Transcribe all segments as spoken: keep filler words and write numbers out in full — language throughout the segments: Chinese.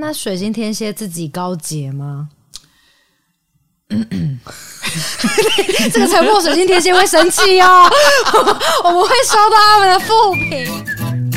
那水星天蝎自己高洁吗？这个沉默水星天蝎会生气哦，我们会收到他们的负评。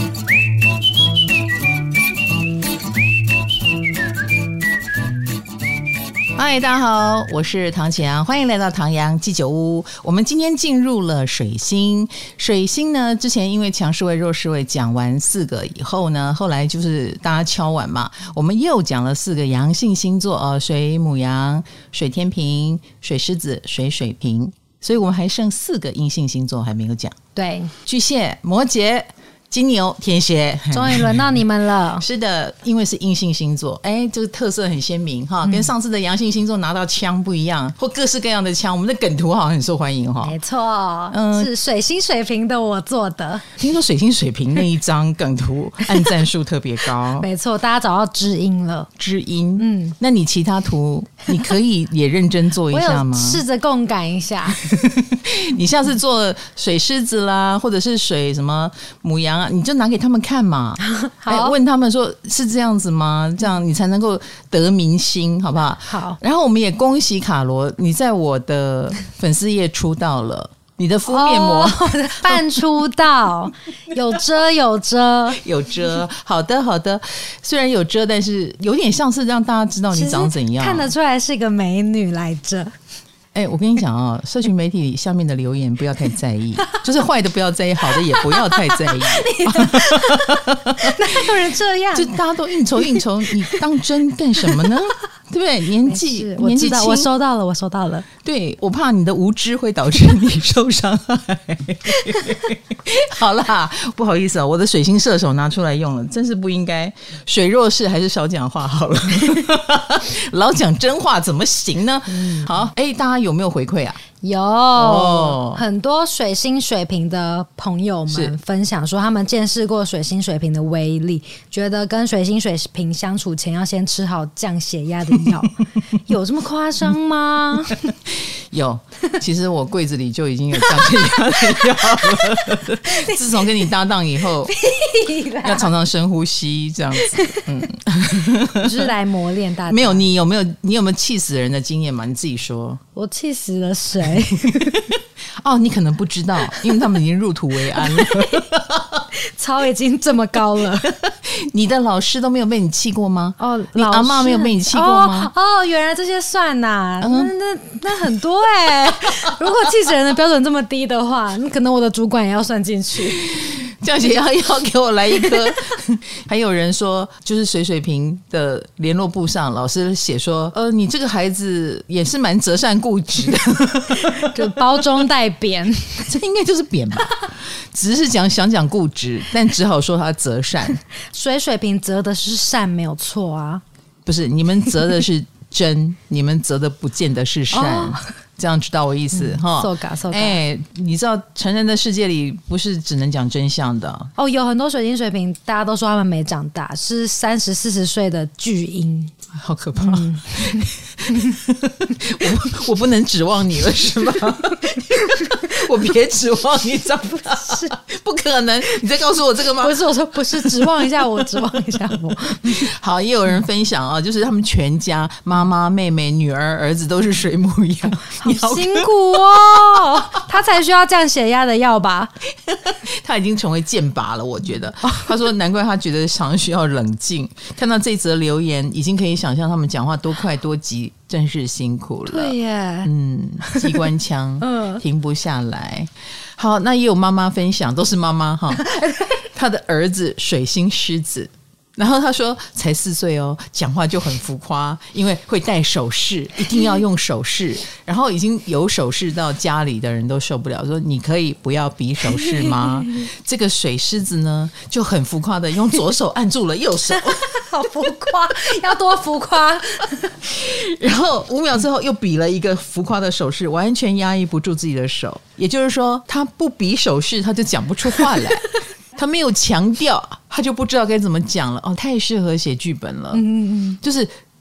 嗨，大家好，我是唐启阳，欢迎来到唐阳鸡酒屋。我们今天进入了水星，水星呢，之前因为强势位、弱势位讲完四个以后呢，后来就是大家敲碗嘛，我们又讲了四个阳性星座哦，水牡羊、水天秤、水狮子、水水瓶，所以我们还剩四个阴性星座还没有讲。 对， 巨蟹、摩羯、金牛、天蝎， 终于轮到你们了。 是的，因为是阴性星座，哎，这个特色很鲜明哈，跟上次的阳性星座拿到枪不一样，或各式各样的枪。我们的梗图好像很受欢迎哈。 没错，嗯，是水星水瓶的我做的。 听说水星水瓶那一张梗图按赞数特别高。 没错，大家找到知音了。 知音，嗯，那你其他图你可以也认真做一下吗？ 我有试着共感一下。 你下次做水狮子啦，或者是水什么牡羊。你就拿给他们看嘛，好，问他们说是这样子吗？这样你才能够得民心，好不好？ 好。 然后我们也恭喜卡罗，你在我的粉丝页出道了，你的敷面膜、哦、 半出道，有遮有遮有遮。好的好的，虽然有遮，但是有点像是让大家知道你长怎样， 看得出来是一个美女来着。 哎、欸，我跟你讲啊、哦，社群媒体下面的留言不要太在意，就是坏的不要在意，好的也不要太在意。 哪有人这样？ 就大家都应酬应酬，你当真干什么呢？对不对？年纪年纪轻， 我收到了，我收到了。 对，我怕你的无知会导致你受伤害。好啦，不好意思啊，我的水星射手拿出来用了，真是不应该。水弱势还是少讲话好了，老讲真话怎么行呢？嗯、好，哎，大家有没有回馈啊？ 有、哦、很多水星水瓶的朋友们分享说他们见识过水星水瓶的威力，觉得跟水星水瓶相处前要先吃好降血压的药。有这么夸张吗？ 有，其实我柜子里就已经有降血压的药了。自从跟你搭档以后，要常常深呼吸这样子。嗯， 就是来磨练大家。 没有，你有没有你有没有气死人的经验嘛？你自己说。 我气死了谁？ 哦，你可能不知道，因为他们已经入土为安了。 草已经这么高了。 你的老师都没有被你气过吗？ 哦， 你阿嬷没有被你气过吗？ 哦，哦原来这些算呐、啊嗯，那那那很多哎、欸。如果气死人的标准这么低的话，那可能我的主管也要算进去。 降血压要给我来一颗。还有人说，就是水水瓶的联络簿上，老师写说，呃，你这个孩子也是蛮择善固执的， 就包装带扁， 这应该就是扁吧？只是讲想讲固执，但只好说他择善。 水水瓶择的是善，没有错啊。 不是，你们择的是真，你们择的不见得是善。哦，这样知道我意思哈？ 受嘎受嘎。 哎，你知道成人的世界里不是只能讲真相的哦。有很多水星水瓶，大家都说他们没长大，是三十四十岁的巨婴， 好可怕。嗯、我我不能指望你了是吗？我别指望你长大，是不可能。你在告诉我这个吗？ 不是，我说不是，指望一下我，指望一下我。 好，也有人分享啊，就是他们全家妈妈、妹妹、女儿、儿子都是水牡羊。 好辛苦哦，他才需要降血压的药吧？ 他已经成为剑拔了，我觉得。他说难怪他觉得常需要冷静。看到这则留言，已经可以想象他们讲话多快多急，真是辛苦了。 对耶， 嗯，机关枪，嗯，停不下来。好，那也有妈妈分享，都是妈妈哈。他的儿子水星狮子。然后他说才四岁哦，讲话就很浮夸，因为会戴首饰，一定要用首饰。然后已经有首饰到家里的人都受不了，说你可以不要比首饰吗？这个水狮子呢就很浮夸的用左手按住了右手。 好浮夸，要多浮夸。 然后五秒之后又比了一个浮夸的手势，完全压抑不住自己的手。也就是说他不比手势他就讲不出话来。他没有强调，他就不知道该怎么讲了。哦，太适合写剧本了。嗯嗯，就是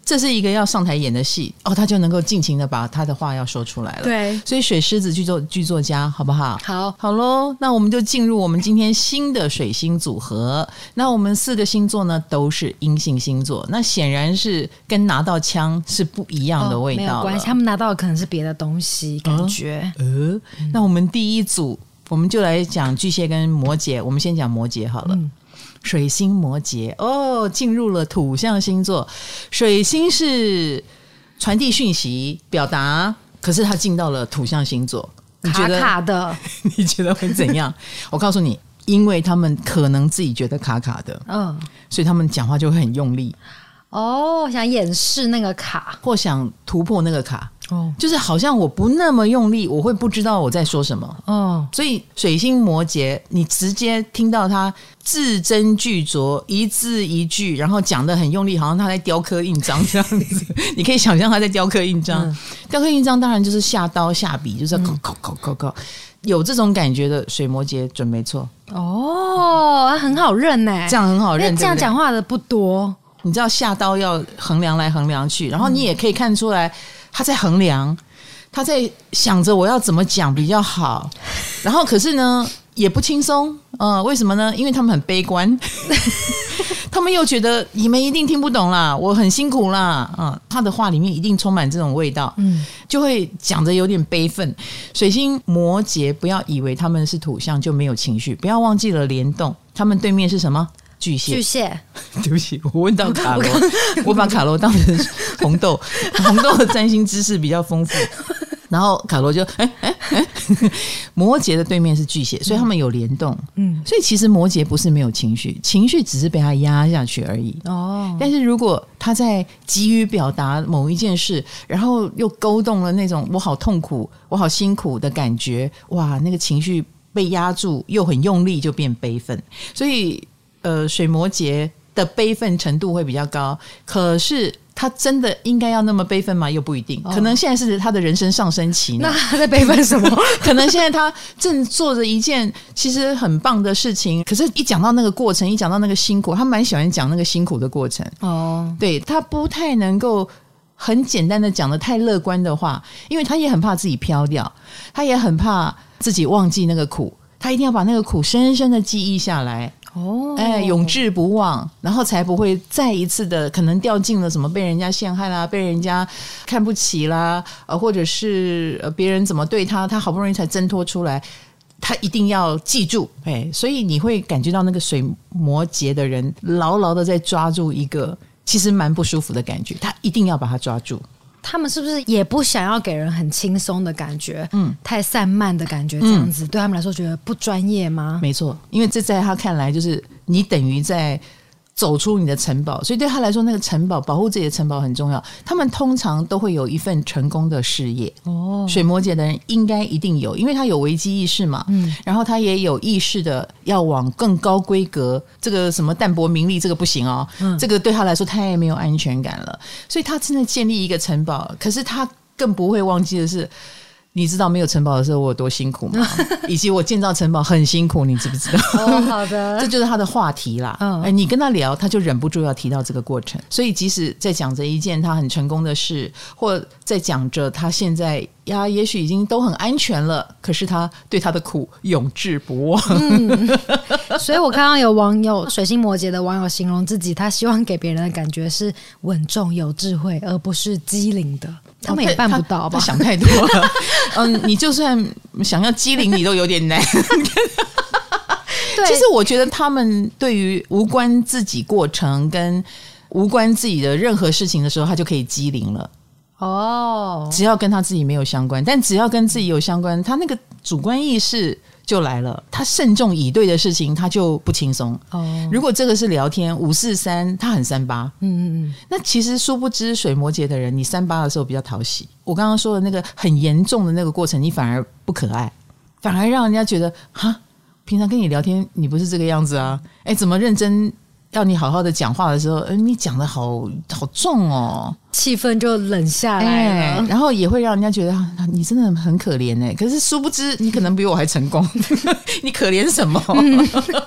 这是一个要上台演的戏哦，他就能够尽情的把他的话要说出来了。 对， 所以水狮子剧作剧作家好不好？ 好， 好咯，那我们就进入我们今天新的水星组合。那我们四个星座呢都是阴性星座，那显然是跟拿到枪是不一样的味道了、哦、 没有关系，他们拿到的可能是别的东西，感觉。 呃，呃嗯、那我们第一组我们就来讲巨蟹跟摩羯，我们先讲摩羯好了。嗯，水星摩羯哦，进入了土象星座。水星是传递讯息表达，可是它进到了土象星座，你觉得卡卡的你觉得会怎样？我告诉你，因为他们可能自己觉得卡卡的，嗯，所以他们讲话就会很用力。 哦，想掩饰那个卡， 或想突破那个卡，哦，就是好像我不那么用力，我会不知道我在说什么。哦，所以水星摩羯，你直接听到他字斟句酌，一字一句，然后讲得很用力，好像他在雕刻印章这样子。你可以想象他在雕刻印章，嗯、雕刻印章当然就是下刀下笔，就是搞搞搞搞搞。有这种感觉的水摩羯准没错。 哦，很好认耶， 这样很好认， 因为这样讲话的不多。 你知道下刀要衡量来衡量去，然后你也可以看出来他在衡量，他在想着我要怎么讲比较好，然后可是呢也不轻松，呃，为什么呢？因为他们很悲观，他们又觉得你们一定听不懂啦，我很辛苦啦，嗯，他的话里面一定充满这种味道，嗯，就会讲着有点悲愤。水星摩羯，不要以为他们是土象就没有情绪，不要忘记了联动，他们对面是什么？巨蟹，巨蟹，对不起，我问到卡罗，我把卡罗当成红豆，红豆的占星知识比较丰富，然后卡罗就哎哎哎，摩羯的对面是巨蟹，所以他们有联动，嗯，所以其实摩羯不是没有情绪，情绪只是被他压下去而已。哦，但是如果他在急于表达某一件事，然后又勾动了那种我好痛苦，我好辛苦的感觉，哇，那个情绪被压住，又很用力，就变悲愤，所以。呃，水摩羯的悲愤程度会比较高，可是他真的应该要那么悲愤吗？又不一定，可能现在是他的人生上升期呢。 那他在悲愤什么？ 可能现在他正做着一件其实很棒的事情，可是一讲到那个过程，一讲到那个辛苦，他蛮喜欢讲那个辛苦的过程。哦，对，他不太能够很简单的讲的太乐观的话，因为他也很怕自己飘掉，他也很怕自己忘记那个苦，他一定要把那个苦深深的记忆下来。哦，哎，永志不忘，然后才不会再一次的可能掉进了什么被人家陷害啦，被人家看不起啦，呃，或者是呃别人怎么对他，他好不容易才挣脱出来，他一定要记住，哎，所以你会感觉到那个水摩羯的人牢牢的在抓住一个其实蛮不舒服的感觉，他一定要把它抓住。 他们是不是也不想要给人很轻松的感觉，嗯，太散漫的感觉，这样子、嗯、对他们来说觉得不专业吗？ 没错，因为这在他看来就是你等于在走出你的城堡，所以对他来说那个城堡，保护自己的城堡很重要。他们通常都会有一份成功的事业。哦，水摩羯的人应该一定有，因为他有危机意识嘛，嗯，然后他也有意识的要往更高规格，这个什么淡泊名利这个不行哦、嗯、这个对他来说太没有安全感了，所以他真的建立一个城堡，可是他更不会忘记的是，你知道没有城堡的时候我有多辛苦吗？以及我建造城堡很辛苦，你知不知道？ 哦，好的，这就是他的话题啦。嗯，哎，你跟他聊，他就忍不住要提到这个过程。所以即使在讲着一件他很成功的事，或在讲着他现在呀，也许已经都很安全了，可是他对他的苦永志不忘。 嗯，所以我看到有网友水星摩羯的网友形容自己，他希望给别人的感觉是稳重有智慧，而不是机灵的。他们也办不到吧？ 他想太多了。嗯，你就算想要机灵，你都有点难。其实我觉得他们对于无关自己过程跟无关自己的任何事情的时候，他就可以机灵了。哦，只要跟他自己没有相关，但只要跟自己有相关，他那个主观意识就来了，他慎重以对的事情他就不轻松。哦，如果这个是聊天五四三，他很三八。嗯嗯，那其实殊不知水摩羯的人，你三八的时候比较讨喜。我刚刚说的那个很严重的那个过程，你反而不可爱，反而让人家觉得哈，平常跟你聊天你不是这个样子啊，哎，怎么认真要你好好的讲话的时候，呃，你讲的好好重哦， 气氛就冷下来了， 欸，然后也会让人家觉得，啊，你真的很可怜哎，可是殊不知你可能比我还成功，你可怜什么？嗯，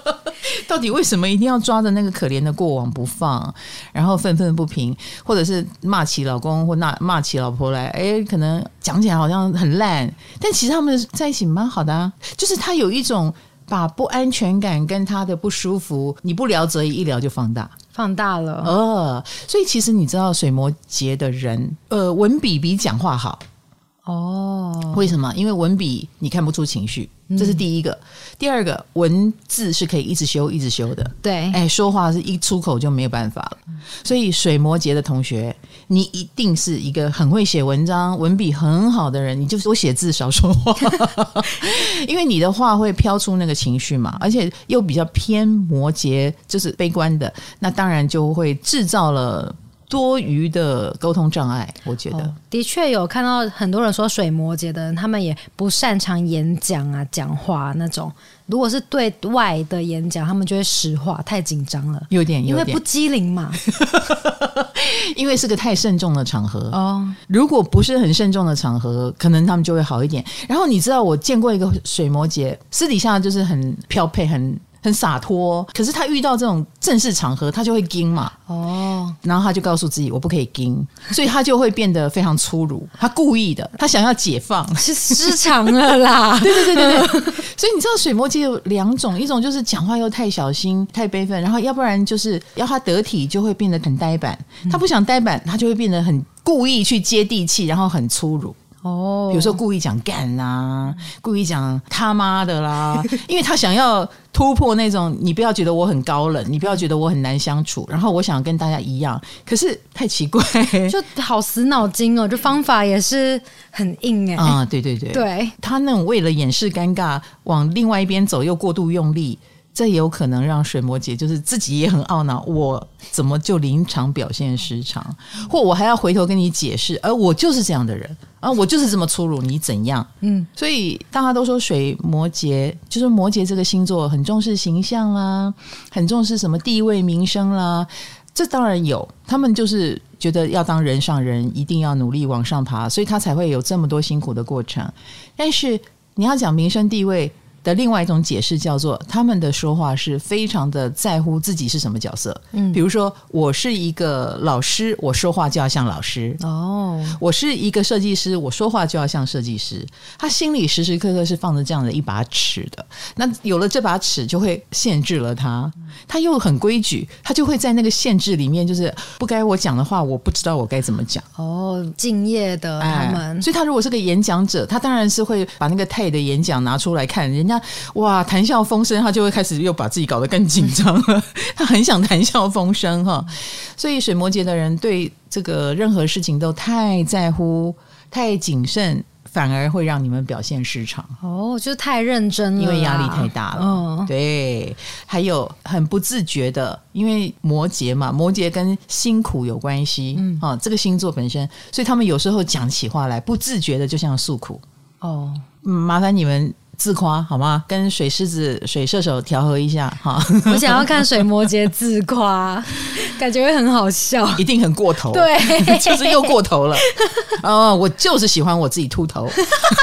到底为什么一定要抓着那个可怜的过往不放，然后愤愤不平，或者是骂起老公或骂骂起老婆来，哎，可能讲起来好像很烂，但其实他们在一起蛮好的啊。就是他有一种把不安全感跟他的不舒服，你不聊则已，一聊就放大。 放大了， 呃，所以其实你知道水摩羯的人，呃，文笔比讲话好。哦，为什么？因为文笔你看不出情绪，这是第一个。嗯、第二个，文字是可以一直修、一直修的。 对， 哎，说话是一出口就没有办法了。嗯、所以水摩羯的同学，你一定是一个很会写文章、文笔很好的人。你就多写字，少说话，因为你的话会飘出那个情绪嘛，而且又比较偏摩羯，就是悲观的，那当然就会制造了多余的沟通障碍。我觉得、哦、 的确有看到很多人说水摩羯的人他们也不擅长演讲啊讲话那种，如果是对外的演讲他们就会实话，太紧张了， 有点有点因为不机灵嘛因为是个太慎重的场合、哦、如果不是很慎重的场合可能他们就会好一点。然后你知道我见过一个水摩羯私底下就是很飘配很很洒脱，可是他遇到这种正式场合他就会惊嘛，哦，然后他就告诉自己我不可以惊，所以他就会变得非常粗鲁，他故意的，他想要解放， 是失常了啦对对对对对所以你知道水摩羯有两种，一种就是讲话又太小心太悲愤，然后要不然就是要他得体就会变得很呆板，他不想呆板他就会变得很故意去接地气，然后很粗鲁。哦，比如说故意讲干啦，故意讲他妈的啦，因为他想要突破那种你不要觉得我很高冷，你不要觉得我很难相处，然后我想跟大家一样，可是太奇怪， 就好死脑筋哦，这方法也是很硬哎、欸。 啊，对对对， 对， 他那种为了掩饰尴尬往另外一边走又过度用力，这也有可能让水摩羯就是自己也很懊恼，我怎么就临场表现失常，或我还要回头跟你解释，而我就是这样的人啊，我就是这么粗鲁，你怎样？嗯，所以大家都说水摩羯就是摩羯这个星座很重视形象啦，很重视什么地位名声啦，这当然有，他们就是觉得要当人上人，一定要努力往上爬，所以他才会有这么多辛苦的过程。但是你要讲名声地位的另外一种解释叫做他们的说话是非常的在乎自己是什么角色。嗯，比如说我是一个老师，我说话就要像老师。哦，我是一个设计师，我说话就要像设计师。他心里时时刻刻是放着这样的一把尺的，那有了这把尺就会限制了他，他又很规矩，他就会在那个限制里面，就是不该我讲的话我不知道我该怎么讲。 哦，敬业的他们、 哎、所以他如果是个演讲者，他当然是会把那个泰的演讲拿出来看，人家哇谈笑风生，他就会开始又把自己搞得更紧张了他很想谈笑风生哈。所以水摩羯的人对这个任何事情都太在乎太谨慎，反而会让你们表现失常。 哦，就太认真了， 因为压力太大了、哦、对，还有很不自觉的，因为摩羯嘛，摩羯跟辛苦有关系、嗯哦、这个星座本身，所以他们有时候讲起话来不自觉的就像诉苦。哦、嗯，麻烦你们自夸好吗？跟水狮子水射手调和一下哈。 我想要看水摩羯自夸感觉会很好笑， 一定很过头。 对就是又过头了哦，我就是喜欢我自己秃头不是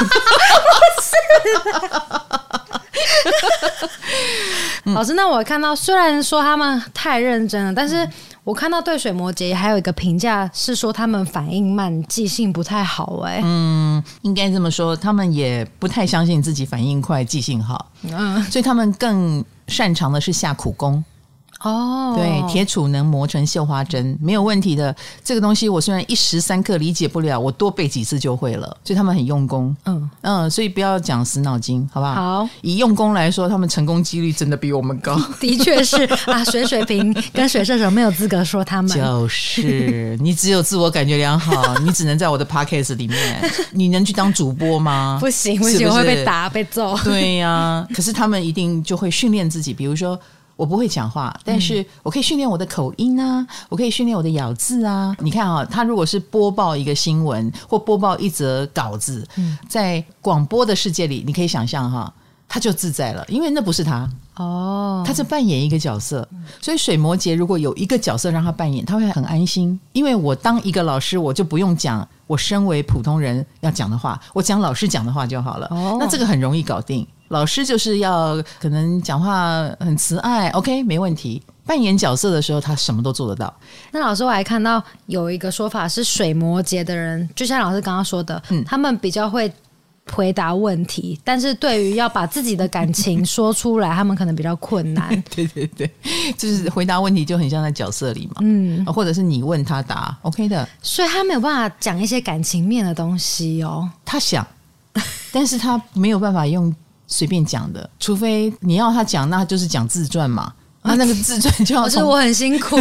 老师，那我看到虽然说他们太认真了，但是我看到对水摩羯还有一个评价是说他们反应慢，记性不太好。哎、欸，嗯， 应该这么说，他们也不太相信自己反应快记性好，嗯，所以他们更擅长的是下苦功。哦，对，铁杵能磨成绣花针，没有问题的。这个东西我虽然一时三刻理解不了，我多背几次就会了，所以他们很用功。嗯嗯，所以不要讲死脑筋，好不好？ 好， 以用功来说，他们成功几率真的比我们高。 的确是啊，水水瓶跟水射手没有资格说他们， 就是你只有自我感觉良好，你只能在我的 podcast 里面，你能去当主播吗？ 不行不行，是不是会被打被揍。 对呀、啊，可是他们一定就会训练自己，比如说。我不会讲话，但是我可以训练我的口音啊、嗯、我可以训练我的咬字啊。你看啊，他如果是播报一个新闻或播报一则稿子、嗯、在广播的世界里你可以想象哈，他就自在了，因为那不是他哦，他是扮演一个角色、嗯、所以水摩羯如果有一个角色让他扮演，他会很安心，因为我当一个老师我就不用讲我身为普通人要讲的话，我讲老师讲的话就好了、哦、那这个很容易搞定。 老师就是要可能讲话很慈爱 OK 没问题，扮演角色的时候他什么都做得到。 那老师我还看到有一个说法是水摩羯的人就像老师刚刚说的、嗯、他们比较会回答问题，但是对于要把自己的感情说出来他们可能比较困难对对对，就是回答问题就很像在角色里嘛，嗯，或者是你问他答 OK 的， 所以他没有办法讲一些感情面的东西哦。 他想但是他没有办法用随便讲的，除非你要他讲那就是讲自传嘛，那那个自传就要从我很辛苦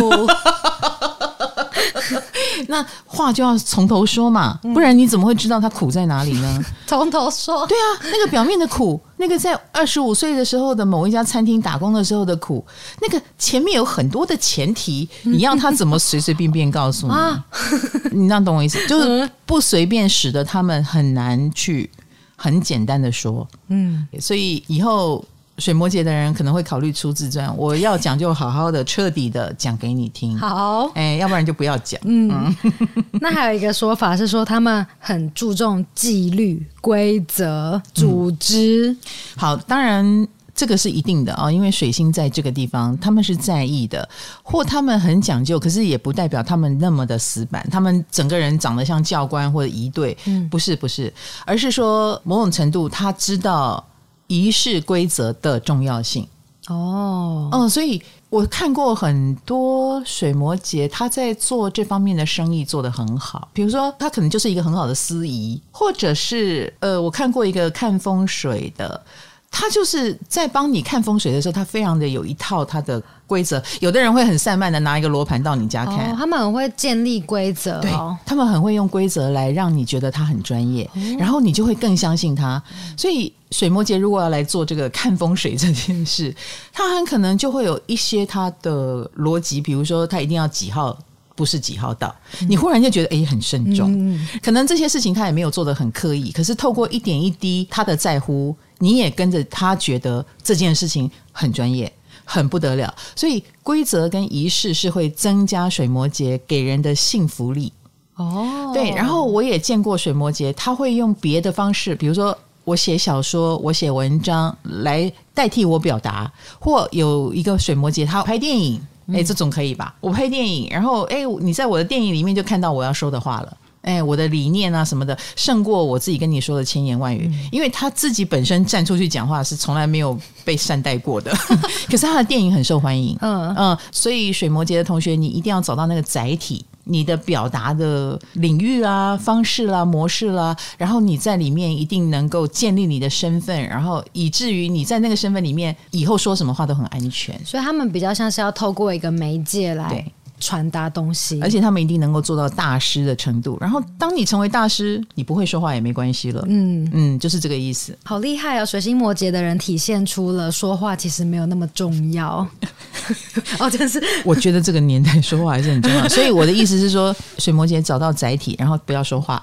那话就要从头说嘛，不然你怎么会知道他苦在哪里呢？ 从头说。 对啊，那个表面的苦，那个在二十五岁的时候的某一家餐厅打工的时候的苦，那个前面有很多的前提，你让他怎么随随便便告诉你、啊、你这样懂我意思，就是不随便使得他们很难去很简单的说。嗯，所以以后水摩羯的人可能会考虑出自传，我要讲就好好的彻底的讲给你听。 好， 哎，要不然就不要讲。 嗯，那还有一个说法是说他们很注重纪律、规则、组织、嗯、 好，当然这个是一定的啊、哦，因为水星在这个地方他们是在意的，或他们很讲究，可是也不代表他们那么的死板，他们整个人长得像教官或者仪队、嗯、不是不是，而是说某种程度他知道仪式规则的重要性。哦哦，所以我看过很多水摩羯他在做这方面的生意做得很好，比如说他可能就是一个很好的司仪，或者是呃，我看过一个看风水的，他就是在帮你看风水的时候他非常的有一套他的规则，有的人会很散漫的拿一个罗盘到你家看、 哦、他们很会建立规则、哦、 对，他们很会用规则来让你觉得他很专业、嗯、然后你就会更相信他。所以水摩羯如果要来做这个看风水这件事，他很可能就会有一些他的逻辑，比如说他一定要几号不是几号到、嗯、你忽然就觉得哎很慎重、嗯、可能这些事情他也没有做得很刻意，可是透过一点一滴他的在乎，你也跟着他觉得这件事情很专业很不得了。所以规则跟仪式是会增加水摩羯给人的幸福力。哦，对，然后我也见过水摩羯他会用别的方式，比如说我写小说我写文章来代替我表达，或有一个水摩羯他拍电影，哎，这种可以吧？我拍电影，然后哎，你在我的电影里面就看到我要说的话了，哎，我的理念啊什么的胜过我自己跟你说的千言万语、嗯、因为他自己本身站出去讲话是从来没有被善待过的可是他的电影很受欢迎。嗯嗯，所以水摩羯的同学你一定要找到那个载体，你的表达的领域啦、方式啦、模式啦，然后你在里面一定能够建立你的身份，然后以至于你在那个身份里面以后说什么话都很安全。 所以他们比较像是要透过一个媒介来传达东西， 而且他们一定能够做到大师的程度，然后当你成为大师你不会说话也没关系了。嗯嗯，就是这个意思。 好厉害哦，水星摩羯的人体现出了说话其实没有那么重要哦，真是我觉得这个年代说话还是很重要所以我的意思是说水摩羯找到载体然后不要说话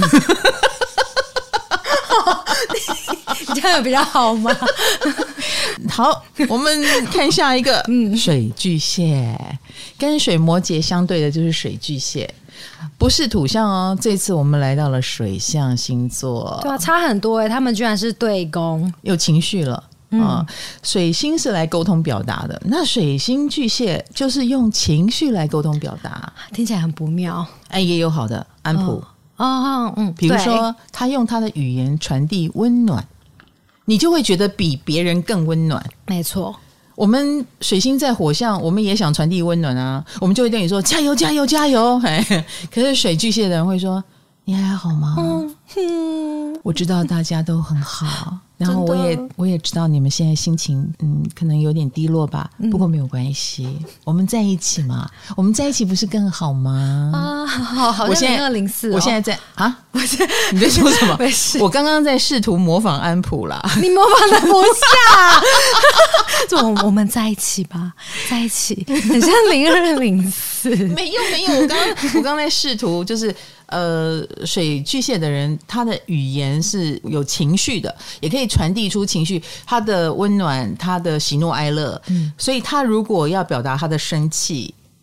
你这样有比较好吗好，我们看下一个、嗯、水巨蟹，跟水摩羯相对的就是水巨蟹，不是土象哦，这次我们来到了水象星座。 对啊，差很多耶，他们居然是对宫， 有情绪了、嗯呃、水星是来沟通表达的，那水星巨蟹就是用情绪来沟通表达， 听起来很不妙。 哎，也有好的安普哦哦嗯， 比如说他用他的语言传递温暖，你就会觉得比别人更温暖。 没错， 我们水星在火象，我们也想传递温暖啊，我们就会对你说加油加油加油。可是水巨蟹的人会说你还好吗？嗯嗯，我知道大家都很好，然后我也我也知道你们现在心情嗯可能有点低落吧，不过没有关系、嗯、我们在一起嘛，我们在一起不是更好吗？啊， 好，好像零二零四、哦、 我现在在啊，你在说什么？我刚刚在试图模仿安普啦， 你模仿的不像就我我们在一起吧，在一起很像零二零四。 没有没有，我刚刚我刚在试图就是呃，水巨蟹的人他的语言是有情绪的，也可以传递出情绪，他的温暖，他的喜怒哀乐、嗯、所以他如果要表达他的生气，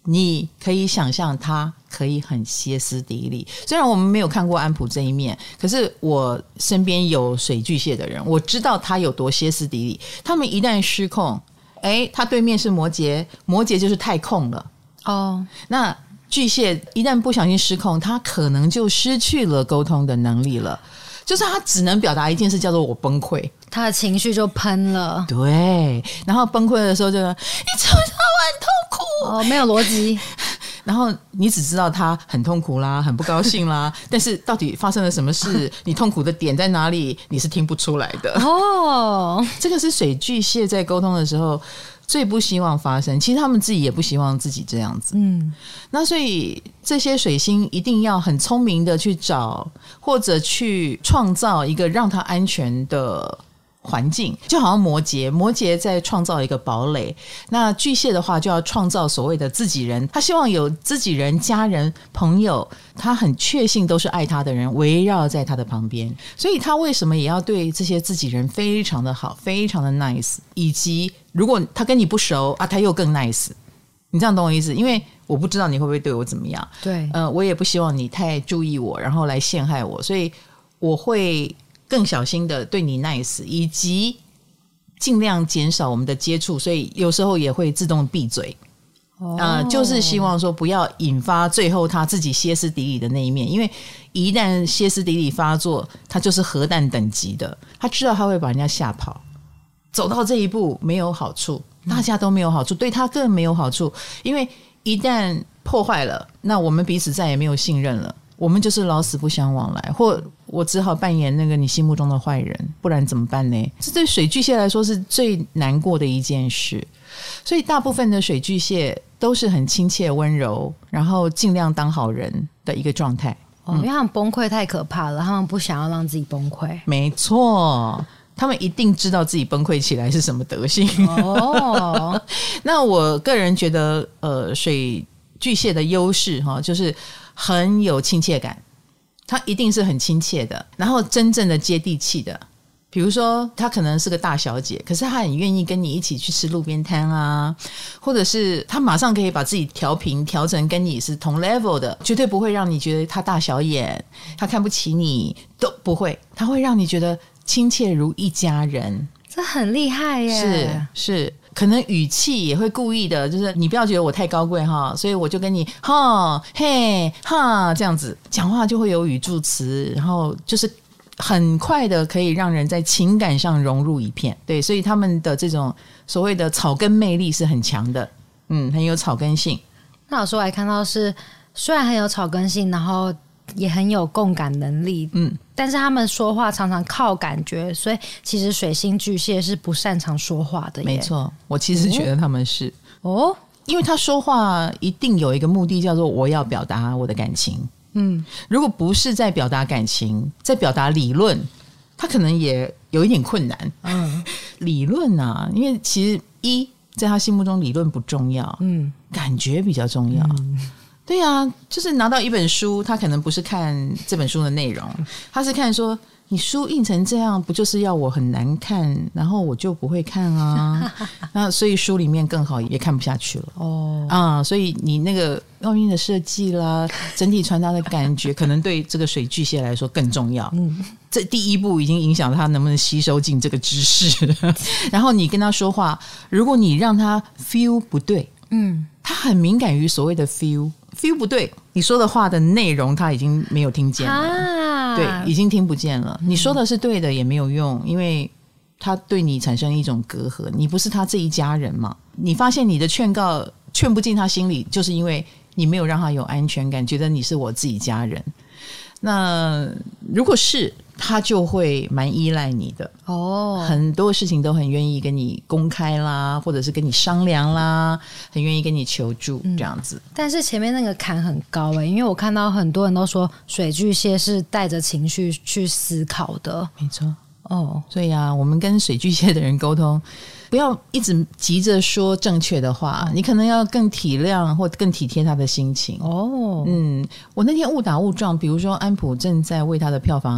你可以想象他可以很歇斯底里。虽然我们没有看过安普这一面，可是我身边有水巨蟹的人，我知道他有多歇斯底里。他们一旦失控，哎，他对面是摩羯，摩羯就是太控了哦。那巨蟹一旦不小心失控，他可能就失去了沟通的能力了，就是他只能表达一件事，叫做我崩溃， 他的情绪就喷了。 对，然后崩溃的时候就你知道我很痛苦哦，没有逻辑。 然后你只知道他很痛苦啦，很不高兴啦，但是到底发生了什么事，你痛苦的点在哪里，你是听不出来的哦。这个是水巨蟹在沟通的时候最不希望发生，其实他们自己也不希望自己这样子。嗯，那所以这些水星一定要很聪明的去找，或者去创造一个让他安全的环境，就好像摩羯摩羯在创造一个堡垒，那巨蟹的话就要创造所谓的自己人，他希望有自己人、家人、朋友，他很确信都是爱他的人围绕在他的旁边，所以他为什么也要对这些自己人非常的好，非常的 nice， 以及如果他跟你不熟啊，他又更 nice， 你这样懂我意思？因为我不知道你会不会对我怎么样， 对， 呃，我也不希望你太注意我，然后来陷害我，所以我会更小心的对你 nice， 以及尽量减少我们的接触，所以有时候也会自动闭嘴、哦呃、就是希望说不要引发最后他自己歇斯底里的那一面，因为一旦歇斯底里发作，他就是核弹等级的，他知道他会把人家吓跑，走到这一步没有好处，大家都没有好处，对他更没有好处，因为一旦破坏了，那我们彼此再也没有信任了，我们就是老死不相往来，或我只好扮演那个你心目中的坏人，不然怎么办呢？这对水巨蟹来说是最难过的一件事，所以大部分的水巨蟹都是很亲切温柔，然后尽量当好人的一个状态、 哦、因为他们崩溃太可怕了，他们不想要让自己崩溃。 没错，他们一定知道自己崩溃起来是什么德性哦。那我个人觉得呃，水巨蟹的优势哈，就是很有亲切感，他一定是很亲切的，然后真正的接地气的。比如说他可能是个大小姐，可是他很愿意跟你一起去吃路边摊啊，或者是他马上可以把自己调平调成跟你是同 level 的，绝对不会让你觉得他大小眼，他看不起你，都不会，他会让你觉得亲切如一家人。 这很厉害耶。 是是，可能语气也会故意的，就是你不要觉得我太高贵哈，所以我就跟你哈嘿哈这样子讲话，就会有语助词，然后就是很快的可以让人在情感上融入一片。对，所以他们的这种所谓的草根魅力是很强的，嗯，很有草根性。 那有时候还看到是虽然很有草根性，然后也很有共感能力，嗯，但是他们说话常常靠感觉，所以其实水星巨蟹是不擅长说话的耶。 没错，我其实觉得他们是哦，因为他说话一定有一个目的，叫做我要表达我的感情。嗯，如果不是在表达感情，在表达理论，他可能也有一点困难。嗯，理论啊，因为其实一在他心目中理论不重要，嗯，感觉比较重要。嗯，对啊，就是拿到一本书，他可能不是看这本书的内容，他是看说你书印成这样，不就是要我很难看，然后我就不会看啊。那所以书里面更好也看不下去了哦啊，所以你那个外面的设计啦，整体传达的感觉，可能对这个水巨蟹来说更重要。嗯，这第一步已经影响他能不能吸收进这个知识。然后你跟他说话，如果你让他 feel 不对，嗯，他很敏感于所谓的 feel。feel 不对，你说的话的内容他已经没有听见了、啊、对，已经听不见了。你说的是对的也没有用，因为他对你产生一种隔阂，你不是他这一家人嘛。你发现你的劝告劝不进他心里，就是因为你没有让他有安全感，觉得你是我自己家人。那如果是他就会蛮依赖你的哦，很多事情都很愿意跟你公开啦，或者是跟你商量啦，很愿意跟你求助这样子、嗯、 但是前面那个坎很高耶、欸、因为我看到很多人都说水巨蟹是带着情绪去思考的。 没错哦，所以啊，我们跟水巨蟹的人沟通，不要一直急着说正确的话、嗯、你可能要更体谅或更体贴他的心情哦。嗯，我那天误打误撞，比如说安普正在为他的票房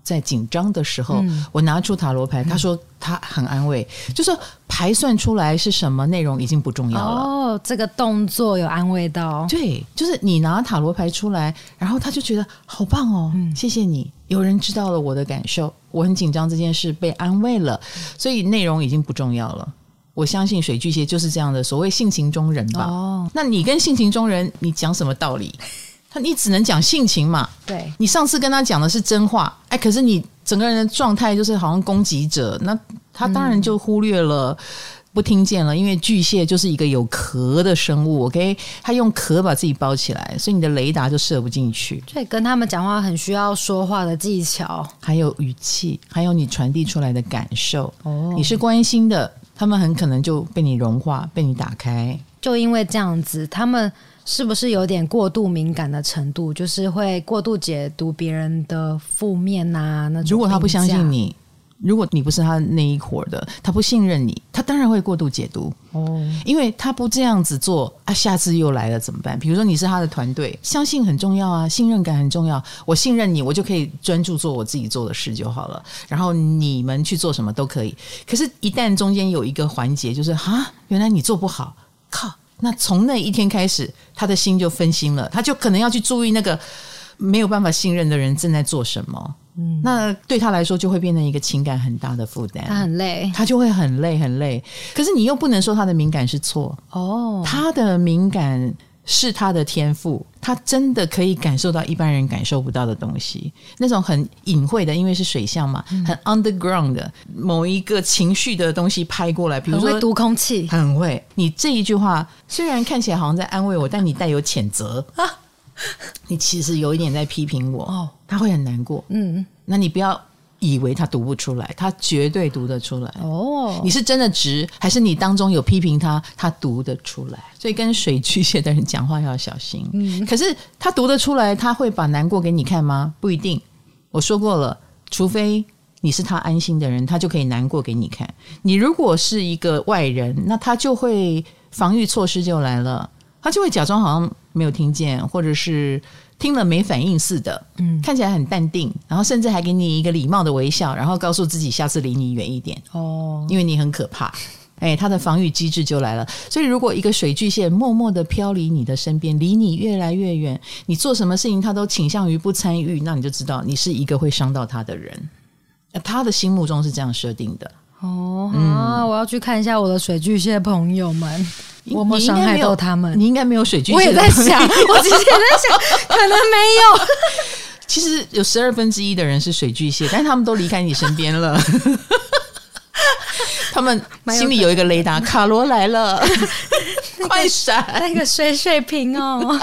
在紧张的时候、嗯、我拿出塔罗牌，他说他很安慰、嗯、就说牌算出来是什么内容已经不重要了。 哦，这个动作有安慰到。 对，就是你拿塔罗牌出来，然后他就觉得好棒哦、嗯、谢谢你，有人知道了我的感受，我很紧张这件事被安慰了，所以内容已经不重要了。我相信水巨蟹就是这样的所谓性情中人吧。哦，那你跟性情中人你讲什么道理？你只能讲性情嘛。 对， 你上次跟他讲的是真话，哎，可是你整个人的状态就是好像攻击者，那他当然就忽略了、嗯、不听见了。因为巨蟹就是一个有壳的生物 OK， 他用壳把自己包起来，所以你的雷达就射不进去。 对，跟他们讲话很需要说话的技巧， 还有语气，还有你传递出来的感受、哦、你是关心的，他们很可能就被你融化，被你打开。 就因为这样子，他们是不是有点过度敏感的程度，就是会过度解读别人的负面啊那种。 如果他不相信你，如果你不是他那一伙的，他不信任你，他当然会过度解读。哦，因为他不这样子做啊，下次又来了怎么办？比如说你是他的团队，相信很重要啊，信任感很重要，我信任你，我就可以专注做我自己做的事就好了，然后你们去做什么都可以。可是一旦中间有一个环节就是啊，原来你做不好，靠，那从那一天开始他的心就分心了，他就可能要去注意那个没有办法信任的人正在做什么。嗯，那对他来说就会变成一个情感很大的负担， 他很累， 他就会很累很累。可是你又不能说他的敏感是错哦，他的敏感是他的天赋，他真的可以感受到一般人感受不到的东西，那种很隐晦的，因为是水象嘛、嗯、很 underground 的某一个情绪的东西拍过来，比如说很会读空气， 很会。你这一句话虽然看起来好像在安慰我，但你带有谴责啊，你其实有一点在批评我、哦、他会很难过。嗯，那你不要以为他读不出来，他绝对读得出来。哦，你是真的直，还是你当中有批评他，他读得出来。所以跟水巨蟹的人讲话要小心。嗯，可是他读得出来，他会把难过给你看吗？不一定。我说过了，除非你是他安心的人，他就可以难过给你看。你如果是一个外人，那他就会防御措施就来了，他就会假装好像没有听见，或者是听了没反应似的，嗯，看起来很淡定，然后甚至还给你一个礼貌的微笑，然后告诉自己下次离你远一点哦，因为你很可怕。哎，他的防御机制就来了。所以如果一个水巨蟹默默的飘离你的身边，离你越来越远，你做什么事情他都倾向于不参与，那你就知道你是一个会伤到他的人，他的心目中是这样设定的。哦， 嗯、啊，我要去看一下我的水巨蟹朋友们，我有没有伤害到他们？ 你应该没有水巨蟹， 我也在想，我之前在想，可能没有。 其实有十二分之一的人是水巨蟹，但是他们都离开你身边了。他们心里有一个雷达，卡罗来了，快闪！ 那个水水瓶哦。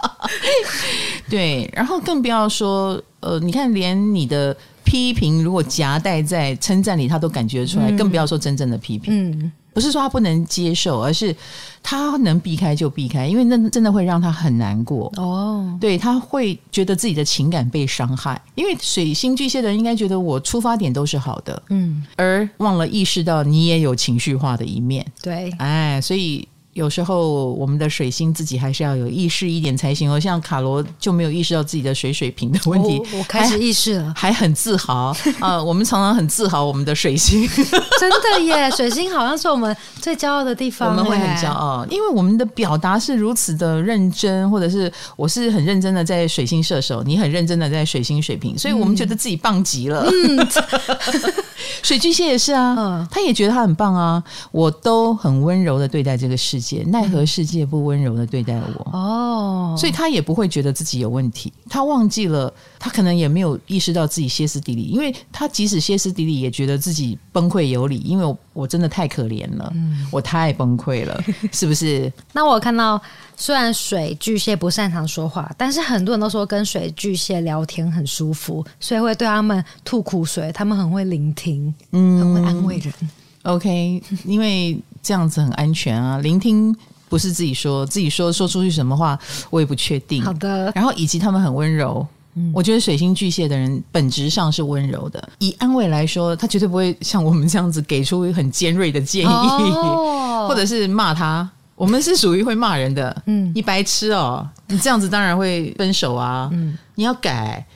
对，然后更不要说，呃，你看，连你的批评如果夹带在称赞里，他都感觉出来，嗯、更不要说真正的批评。嗯，不是说他不能接受，而是他能避开就避开，因为那真的会让他很难过。哦，对，他会觉得自己的情感被伤害，因为水星巨蟹的人应该觉得我出发点都是好的，嗯，而忘了意识到你也有情绪化的一面。 对， 哎，所以有时候我们的水星自己还是要有意识一点才行哦。像卡罗就没有意识到自己的水水瓶的问题， 我, 我开始意识了， 还, 还很自豪啊、呃！我们常常很自豪我们的水星， 真的耶！水星好像是我们最骄傲的地方， 我们会很骄傲，因为我们的表达是如此的认真，或者是我是很认真的在水星射手，你很认真的在水星水瓶，所以我们觉得自己棒极了。嗯，水巨蟹也是啊、嗯，他也觉得他很棒啊，我都很温柔的对待这个世界，奈何世界不温柔的对待我哦，所以他也不会觉得自己有问题，他忘记了，他可能也没有意识到自己歇斯底里，因为他即使歇斯底里也觉得自己崩溃有理，因为 我, 我真的太可怜了、嗯、我太崩溃了，是不是？ 那我看到虽然水巨蟹不擅长说话，但是很多人都说跟水巨蟹聊天很舒服，所以会对他们吐苦水，他们很会聆听，嗯，很会安慰人。 OK， 因为这样子很安全啊，聆听不是自己说，自己说说出去什么话我也不确定。 好的， 然后以及他们很温柔、嗯、我觉得水星巨蟹的人本质上是温柔的，以安慰来说，他绝对不会像我们这样子给出很尖锐的建议、哦、或者是骂他，我们是属于会骂人的，嗯，你白痴哦，你这样子当然会分手啊，嗯，你要改。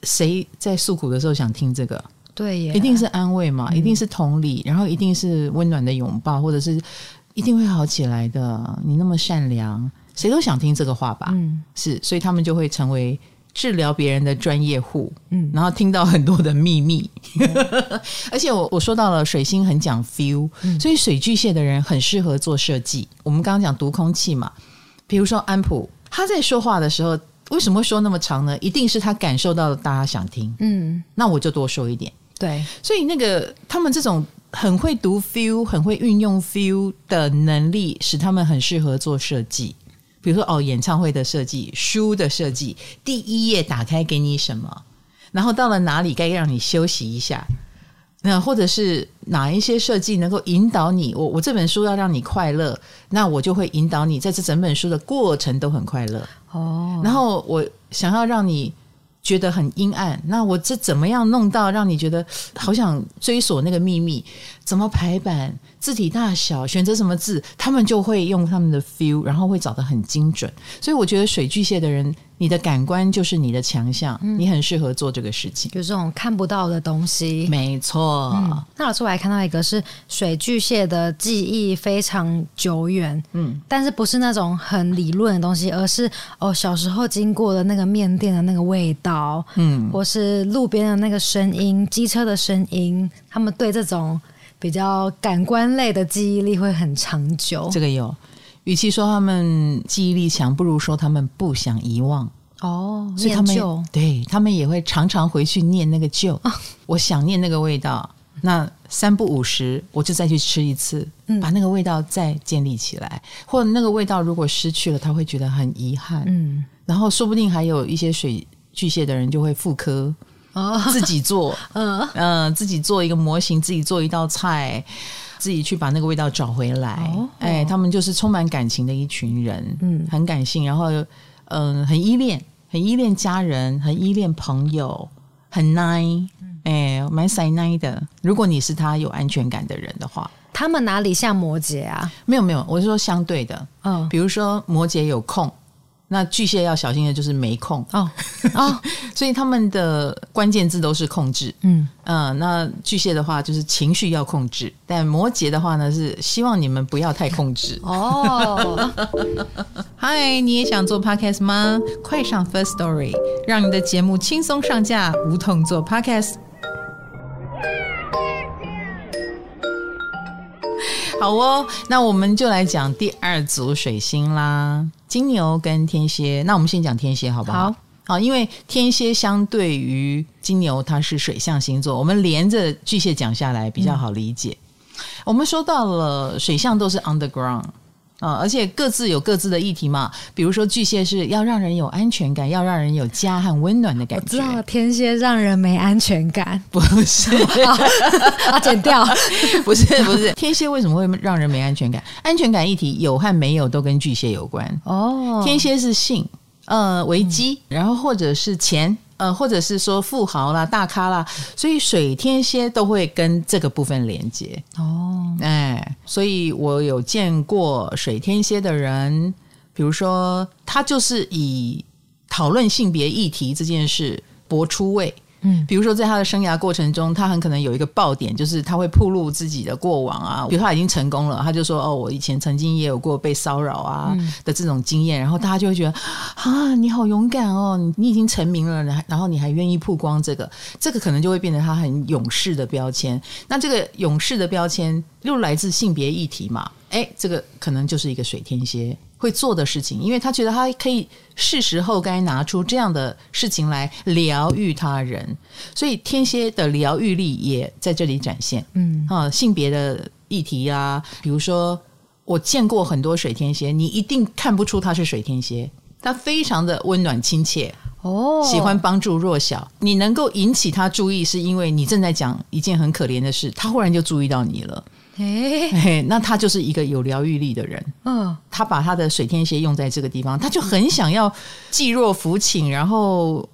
谁在诉苦的时候想听这个？ 对耶， 一定是安慰嘛、嗯、一定是同理，然后一定是温暖的拥抱，或者是一定会好起来的，你那么善良，谁都想听这个话吧、嗯、是，所以他们就会成为治疗别人的专业户、嗯、然后听到很多的秘密、嗯、而且我我说到了水星很讲 feel、嗯、所以水巨蟹的人很适合做设计。我们刚刚讲读空气嘛，比如说安普他在说话的时候为什么会说那么长呢？一定是他感受到了大家想听，嗯，那我就多说一点。 对， 所以那个他们这种很会读 feel 很会运用 feel 的能力使他们很适合做设计。比如说哦，演唱会的设计，书的设计，第一页打开给你什么，然后到了哪里该让你休息一下，那或者是哪一些设计能够引导你，我我这本书要让你快乐，那我就会引导你在这整本书的过程都很快乐哦。然后我想要让你觉得很阴暗，那我这怎么样弄到让你觉得好想追索那个秘密，怎么排版，字体大小，选择什么字，他们就会用他们的 feel， 然后会找得很精准。所以我觉得水巨蟹的人，你的感官就是你的强项、嗯、你很适合做这个事情， 有这种看不到的东西。 没错、嗯、 那老师我还看到一个是水巨蟹的记忆非常久远，嗯，但是不是那种很理论的东西，而是哦小时候经过的那个面店的那个味道，嗯，或是路边的那个声音，机车的声音，他们对这种比较感官类的记忆力会很长久。这个有，与其说他们记忆力强，不如说他们不想遗忘哦， 所以他们对他们也会常常回去念那个旧、啊、我想念那个味道，那三不五时我就再去吃一次、嗯、把那个味道再建立起来，或者那个味道如果失去了他会觉得很遗憾，嗯，然后说不定还有一些水巨蟹的人就会复刻哦，自己做，嗯、呃、自己做一个模型，自己做一道菜，自己去把那个味道找回来。哦，哎，他们就是充满感情的一群人，嗯，很感性，然后嗯、呃，很依恋，很依恋家人，很依恋朋友，很 nice， 哎，蛮塞 nice 的。如果你是他有安全感的人的话， 他们哪里像摩羯啊？ 没有没有，我是说相对的，嗯，比如说摩羯有空。那巨蟹要小心的就是没空哦哦，所以他们的关键字都是控制，嗯嗯、呃，那巨蟹的话就是情绪要控制，但摩羯的话呢是希望你们不要太控制哦。嗨，你也想做 podcast 吗？快上 First Story， 让你的节目轻松上架，无痛做 podcast。好哦，那我们就来讲第二组水星啦，金牛跟天蝎。那我们先讲天蝎好不好？好，好，因为天蝎相对于金牛它是水象星座，我们连着巨蟹讲下来比较好理解、嗯、我们说到了水象都是 underground、呃、而且各自有各自的议题嘛，比如说巨蟹是要让人有安全感，要让人有家和温暖的感觉。 我知道天蝎让人没安全感。 不是啊，剪掉。 不是不是，天蝎为什么会让人没安全感？安全感议题有和没有都跟巨蟹有关哦。天蝎是性呃危机、嗯、然后或者是钱呃，或者是说富豪啦大咖啦，所以水天蝎都会跟这个部分连接哦。哎，所以我有见过水天蝎的人，比如说他就是以讨论性别议题这件事博出位，嗯，比如说在他的生涯过程中他很可能有一个爆点，就是他会暴露自己的过往啊，比如他已经成功了，他就说哦我以前曾经也有过被骚扰啊的这种经验、嗯、然后大家就会觉得啊你好勇敢哦， 你, 你已经成名了，然后你还愿意曝光这个这个可能就会变成他很勇士的标签。那这个勇士的标签又来自性别议题嘛，哎，这个可能就是一个水天蝎会做的事情，因为他觉得他可以是时候该拿出这样的事情来疗愈他人，所以天蝎的疗愈力也在这里展现。嗯，啊，性别的议题啊，比如说我见过很多水天蝎，你一定看不出他是水天蝎，他非常的温暖亲切哦，喜欢帮助弱小，你能够引起他注意是因为你正在讲一件很可怜的事，他忽然就注意到你了。欸、那他就是一个有疗愈力的人、嗯、他把他的水天蝎用在这个地方，他就很想要济弱扶倾，然后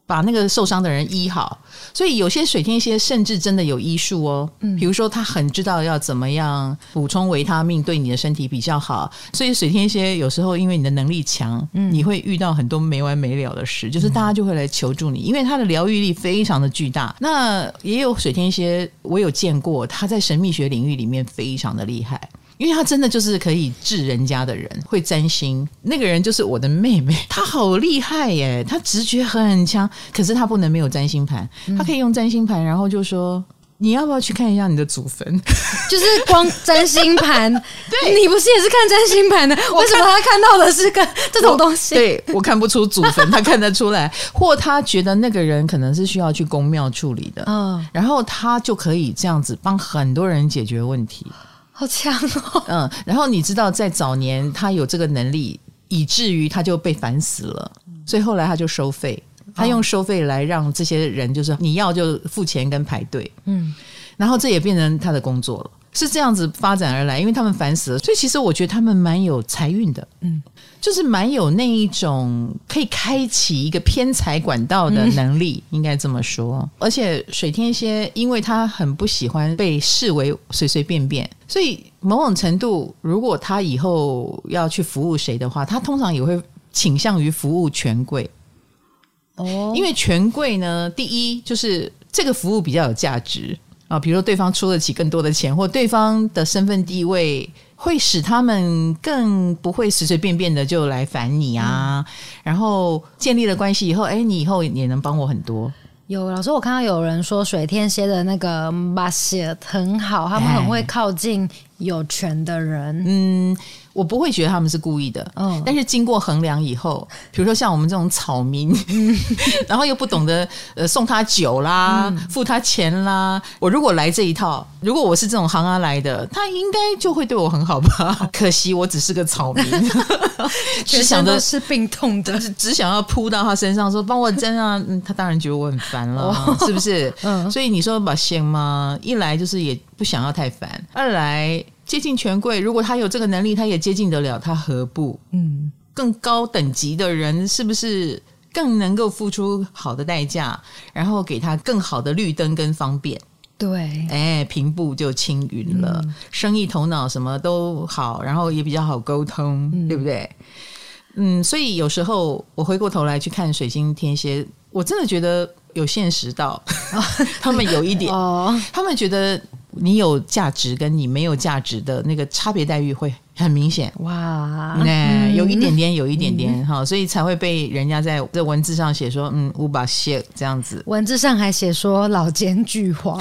把那个受伤的人医好，所以有些水天蝎甚至真的有医术哦，嗯，比如说他很知道要怎么样补充维他命对你的身体比较好，所以水天蝎有时候因为你的能力强、嗯、你会遇到很多没完没了的事，就是大家就会来求助你，因为他的疗愈力非常的巨大。那也有水天蝎我有见过他在神秘学领域里面非常的厉害，因为他真的就是可以治人家的人，会占星。那个人就是我的妹妹，她好厉害耶，她直觉很强，可是她不能没有占星盘，她可以用占星盘，然后就说你要不要去看一下你的祖坟？ 就是光占星盘对，你不是也是看占星盘的？为什么他看到的是个这种东西？ 我对我看不出祖坟，他看得出来，或他觉得那个人可能是需要去公庙处理的、嗯、然后他就可以这样子帮很多人解决问题。 好强哦！ 嗯，然后你知道在早年他有这个能力，以至于他就被烦死了，所以后来他就收费，他用收费来让这些人就是你要就付钱跟排队，嗯，然后这也变成他的工作了，是这样子发展而来，因为他们烦死了，所以其实我觉得他们蛮有财运的，嗯，就是蛮有那一种可以开启一个偏财管道的能力、嗯、应该这么说。而且水天蝎因为他很不喜欢被视为随随便便，所以某种程度如果他以后要去服务谁的话，他通常也会倾向于服务权贵。哦，因为权贵呢，第一就是这个服务比较有价值啊，比如说对方出得起更多的钱，或对方的身份地位会使他们更不会随随便便的就来烦你啊、嗯、然后建立了关系以后，哎，你以后也能帮我很多。 有老师我看到有人说水天蝎的那个把写很好，他们很会靠近有权的人。嗯， 我不会觉得他们是故意的、哦、但是经过衡量以后，比如说像我们这种草民、嗯、然后又不懂得、呃、送他酒啦、嗯、付他钱啦，我如果来这一套，如果我是这种行啊来的，他应该就会对我很好吧。可惜我只是个草民只想的是病痛的， 只想要扑到他身上说帮我针啊、嗯、他当然觉得我很烦了、哦、是不是、嗯、所以你说把线吗，一来就是也不想要太烦，二来接近权贵，如果他有这个能力他也接近得了，他何不嗯，更高等级的人是不是更能够付出好的代价，然后给他更好的绿灯跟方便。 对， 哎，平步就青云了、嗯、生意头脑什么都好，然后也比较好沟通、嗯、对不对？嗯，所以有时候我回过头来去看水星天蝎，我真的觉得有现实到他们有一点、哦、他们觉得你有价值跟你没有价值的那个差别待遇会很明显。哇、嗯、有一点点有一点点、嗯、所以才会被人家在这文字上写说嗯乌巴谢这样子， 文字上还写说老奸巨猾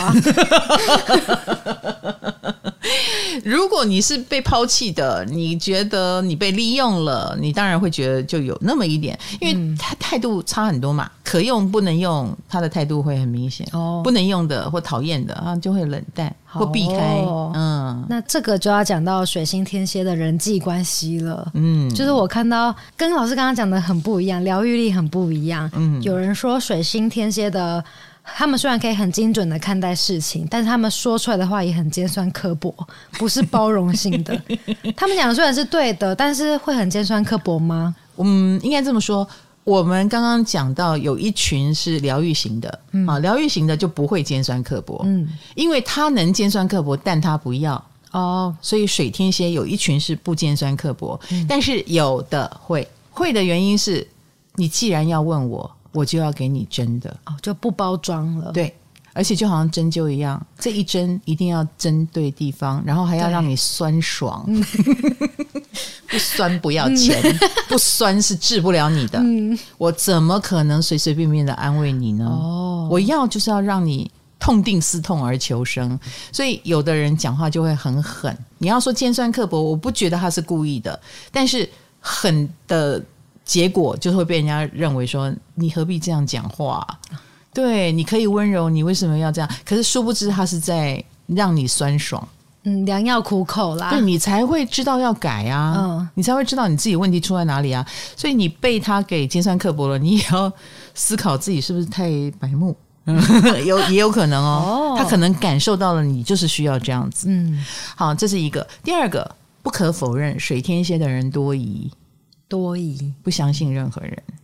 如果你是被抛弃的，你觉得你被利用了，你当然会觉得就有那么一点，因为他态度差很多嘛，可用不能用，他的态度会很明显、哦、不能用的或讨厌的他就会冷淡或避开、哦、嗯， 那这个就要讲到水星天蝎的人际关系了。嗯，就是我看到跟老师刚刚讲的很不一样，疗愈力很不一样。嗯，有人说水星天蝎的他们虽然可以很精准的看待事情，但是他们说出来的话也很尖酸刻薄，不是包容性的他们讲的虽然是对的，但是会很尖酸刻薄吗？ 嗯，应该这么说，我们刚刚讲到有一群是疗愈型的、嗯啊、疗愈型的就不会尖酸刻薄、嗯、因为他能尖酸刻薄但他不要哦，所以水天蝎有一群是不尖酸刻薄、嗯、但是有的会会的原因是你既然要问我，我就要给你真的、 哦、就不包装了。 对，而且就好像针灸一样，这一针一定要针对地方，然后还要让你酸爽不酸不要钱、嗯、不酸是治不了你的、嗯、我怎么可能随随便便的安慰你呢、哦、我要就是要让你痛定思痛而求生。所以有的人讲话就会很狠，你要说尖酸刻薄，我不觉得他是故意的，但是狠的结果就会被人家认为说你何必这样讲话，对，你可以温柔，你为什么要这样？可是殊不知他是在让你酸爽， 嗯，良药苦口啦， 对，你才会知道要改啊、嗯、你才会知道你自己问题出在哪里啊。所以你被他给尖酸刻薄了，你也要思考自己是不是太白目有也有可能 哦, 哦他可能感受到了你就是需要这样子。嗯，好，这是一个。第二个，不可否认水天蝎的人多疑， 多疑， 不相信任何人。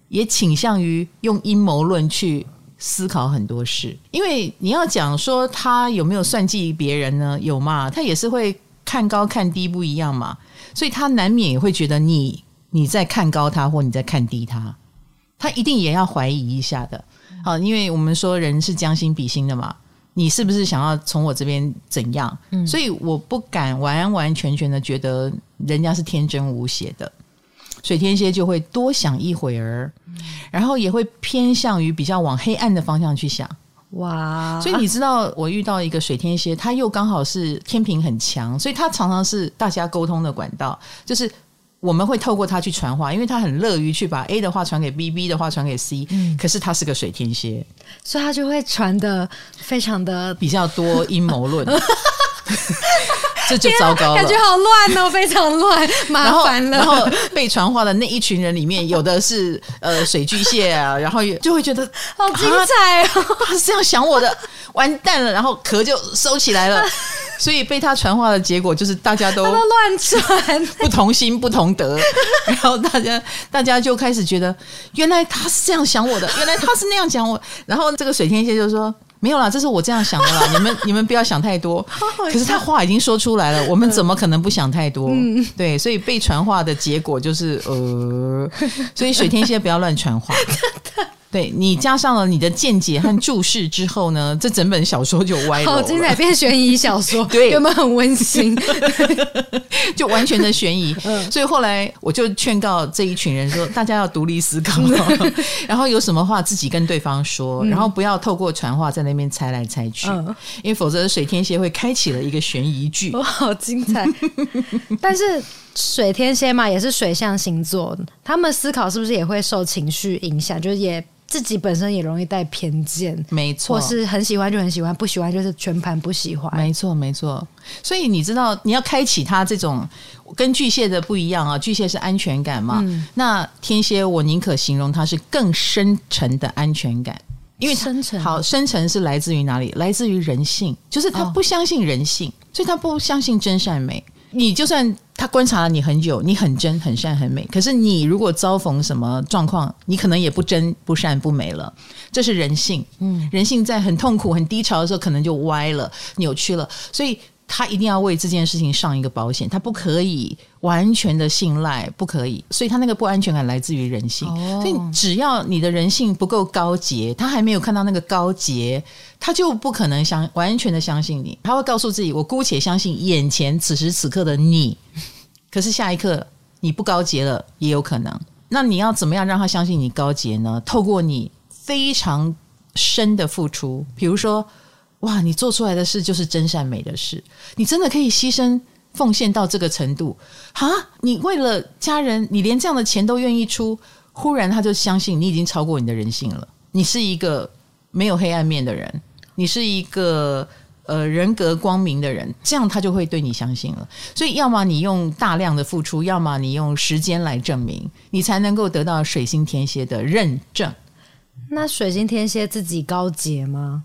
也倾向于用阴谋论去思考很多事。因为你要讲说他有没有算计别人呢？有嘛，他也是会看高看低不一样嘛，所以他难免也会觉得你你在看高他或你在看低他，他一定也要怀疑一下的。好，因为我们说人是将心比心的嘛，你是不是想要从我这边怎样、嗯、所以我不敢完完全全的觉得人家是天真无邪的。水天蝎就会多想一会儿、嗯、然后也会偏向于比较往黑暗的方向去想。哇！所以你知道我遇到一个水天蝎，他又刚好是天平很强，所以他常常是大家沟通的管道，就是我们会透过他去传话，因为他很乐于去把 A 的话传给 B， B 的话传给 C、嗯、可是他是个水天蝎， 所以他就会传的非常的比较多阴谋论这就糟糕了， 感觉好乱哦，非常乱，麻烦了。 然后, 然后被传话的那一群人里面，有的是呃水巨蟹啊，然后就会觉得好精彩哦， 他是这样想我的，完蛋了，然后壳就收起来了。所以被他传话的结果就是大家都他都乱传， 不同心不同德，然后大家大家就开始觉得原来他是这样想我的，原来他是那样讲我，然后这个水天蝎就说没有啦，这是我这样想的啦，你们你们不要想太多。可是他话已经说出来了，我们怎么可能不想太多？嗯、对，所以被传话的结果就是呃，所以水天蝎不要乱传话。对，你加上了你的见解和注释之后呢，这整本小说就歪了， 好精彩，变悬疑小说， 对， 有没有很温馨？ 就完全的悬疑、嗯、所以后来我就劝告这一群人说，大家要独立思考然后有什么话自己跟对方说、嗯、然后不要透过传话在那边猜来猜去、嗯、因为否则水天蝎会开启了一个悬疑剧。 哇，好精彩但是水天蝎嘛，也是水象星座，他们思考是不是也会受情绪影响，就是也自己本身也容易带偏见， 没错， 或是很喜欢就很喜欢，不喜欢就是全盘不喜欢， 没错没错。所以你知道你要开启他这种跟巨蟹的不一样啊，巨蟹是安全感嘛、嗯、那天蝎我宁可形容它是更深沉的安全感。因为深沉好，深沉是来自于哪里？来自于人性，就是他不相信人性、哦、所以他不相信真善美。你就算他观察了你很久，你很真很善很美，可是你如果遭逢什么状况，你可能也不真不善不美了，这是人性。嗯，人性在很痛苦很低潮的时候可能就歪了扭曲了，所以他一定要为这件事情上一个保险，他不可以完全的信赖，不可以，所以他那个不安全感来自于人性、哦、所以只要你的人性不够高洁，他还没有看到那个高洁，他就不可能相完全的相信你，他会告诉自己我姑且相信眼前此时此刻的你，可是下一刻你不高洁了也有可能。那你要怎么样让他相信你高洁呢？透过你非常深的付出，比如说哇，你做出来的事就是真善美的事，你真的可以牺牲奉献到这个程度哈，你为了家人你连这样的钱都愿意出，忽然他就相信你已经超过你的人性了，你是一个没有黑暗面的人，你是一个呃人格光明的人，这样他就会对你相信了。所以要么你用大量的付出，要么你用时间来证明，你才能够得到水星天蝎的认证。 那水星天蝎自己高洁吗？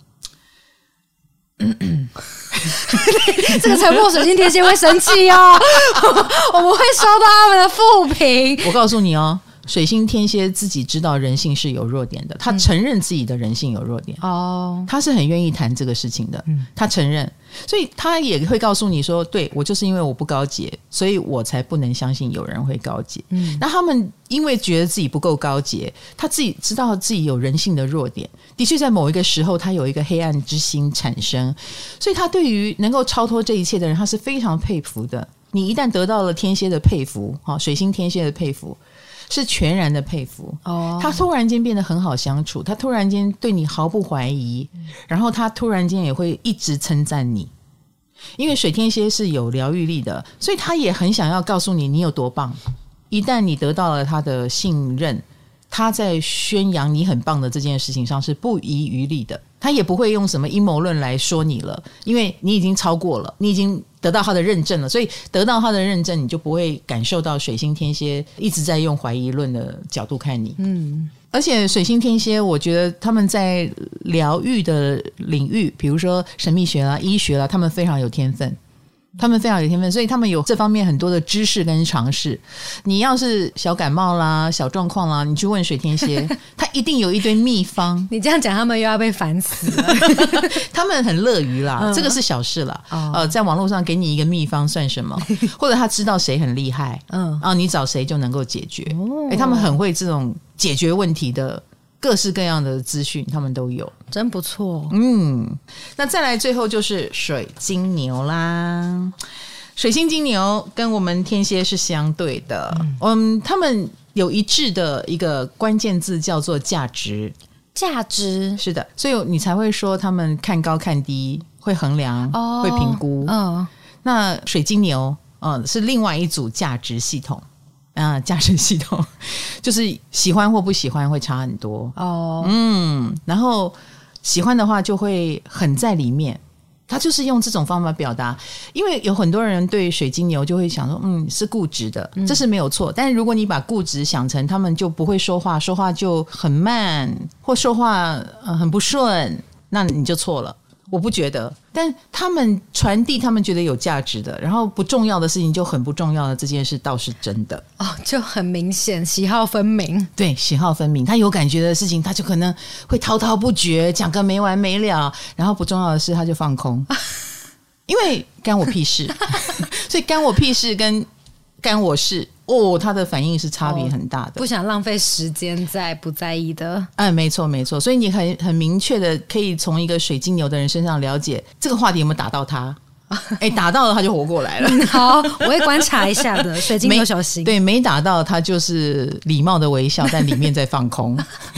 这个沉默水星天蝎会生气哦我们会收到他们的负评。 我告诉你哦，水星天蝎自己知道人性是有弱点的，他承认自己的人性有弱点、嗯、他是很愿意谈这个事情的、嗯、他承认，所以他也会告诉你说，对，我就是因为我不高洁，所以我才不能相信有人会高洁、嗯、那他们因为觉得自己不够高洁，他自己知道自己有人性的弱点，的确在某一个时候他有一个黑暗之心产生，所以他对于能够超脱这一切的人他是非常佩服的。你一旦得到了天蝎的佩服，水星天蝎的佩服是全然的佩服、oh. 他突然间变得很好相处，他突然间对你毫不怀疑、嗯、然后他突然间也会一直称赞你，因为水天蝎是有疗愈力的，所以他也很想要告诉你你有多棒。一旦你得到了他的信任，他在宣扬你很棒的这件事情上是不遗余力的，他也不会用什么阴谋论来说你了，因为你已经超过了，你已经得到他的认证了，所以得到他的认证，你就不会感受到水星天蝎一直在用怀疑论的角度看你。嗯，而且水星天蝎我觉得他们在疗愈的领域，比如说神秘学啦、医学啦，他们非常有天分， 他们非常有天分，所以他们有这方面很多的知识跟常识。你要是小感冒啦、小状况啦，你去问水天蝎，他一定有一堆秘方。 你这样讲，他们又要被烦死了。 他们很乐于啦、嗯，这个是小事啦。哦、呃，在网络上给你一个秘方算什么？或者他知道谁很厉害，嗯，啊，你找谁就能够解决。哦，欸、他们很会这种解决问题的。各式各样的资讯他们都有， 真不错。 嗯，那再来最后就是水金牛啦。水星金牛跟我们天蝎是相对的，嗯，嗯他们有一致的一个关键字叫做价值。 价值是的，所以你才会说他们看高看低，会衡量，哦，会评估。嗯，那水金牛，嗯，是另外一组价值系统。啊，价值系统就是喜欢或不喜欢会差很多哦。嗯，然后喜欢的话就会很在里面，他就是用这种方法表达。因为有很多人对水金牛就会想说，嗯，是固执的，这是没有错。嗯，但是如果你把固执想成他们就不会说话，说话就很慢，或说话，呃、很不顺，那你就错了。我不觉得，但他们传递他们觉得有价值的，然后不重要的事情就很不重要的这件事倒是真的哦，就很明显喜好分明。 对，喜好分明，他有感觉的事情他就可能会滔滔不绝讲个没完没了，然后不重要的事他就放空因为干我屁事所以干我屁事跟干我事哦，他的反应是差别很大的，哦， 不想浪费时间在不在意的。 哎，没错没错，所以你很很明确的可以从一个水金牛的人身上了解这个话题有没有打到他。哎，打到了他就活过来了。 嗯，好，我会观察一下的。水金牛小心。 对，没打到他就是礼貌的微笑，但里面在放空。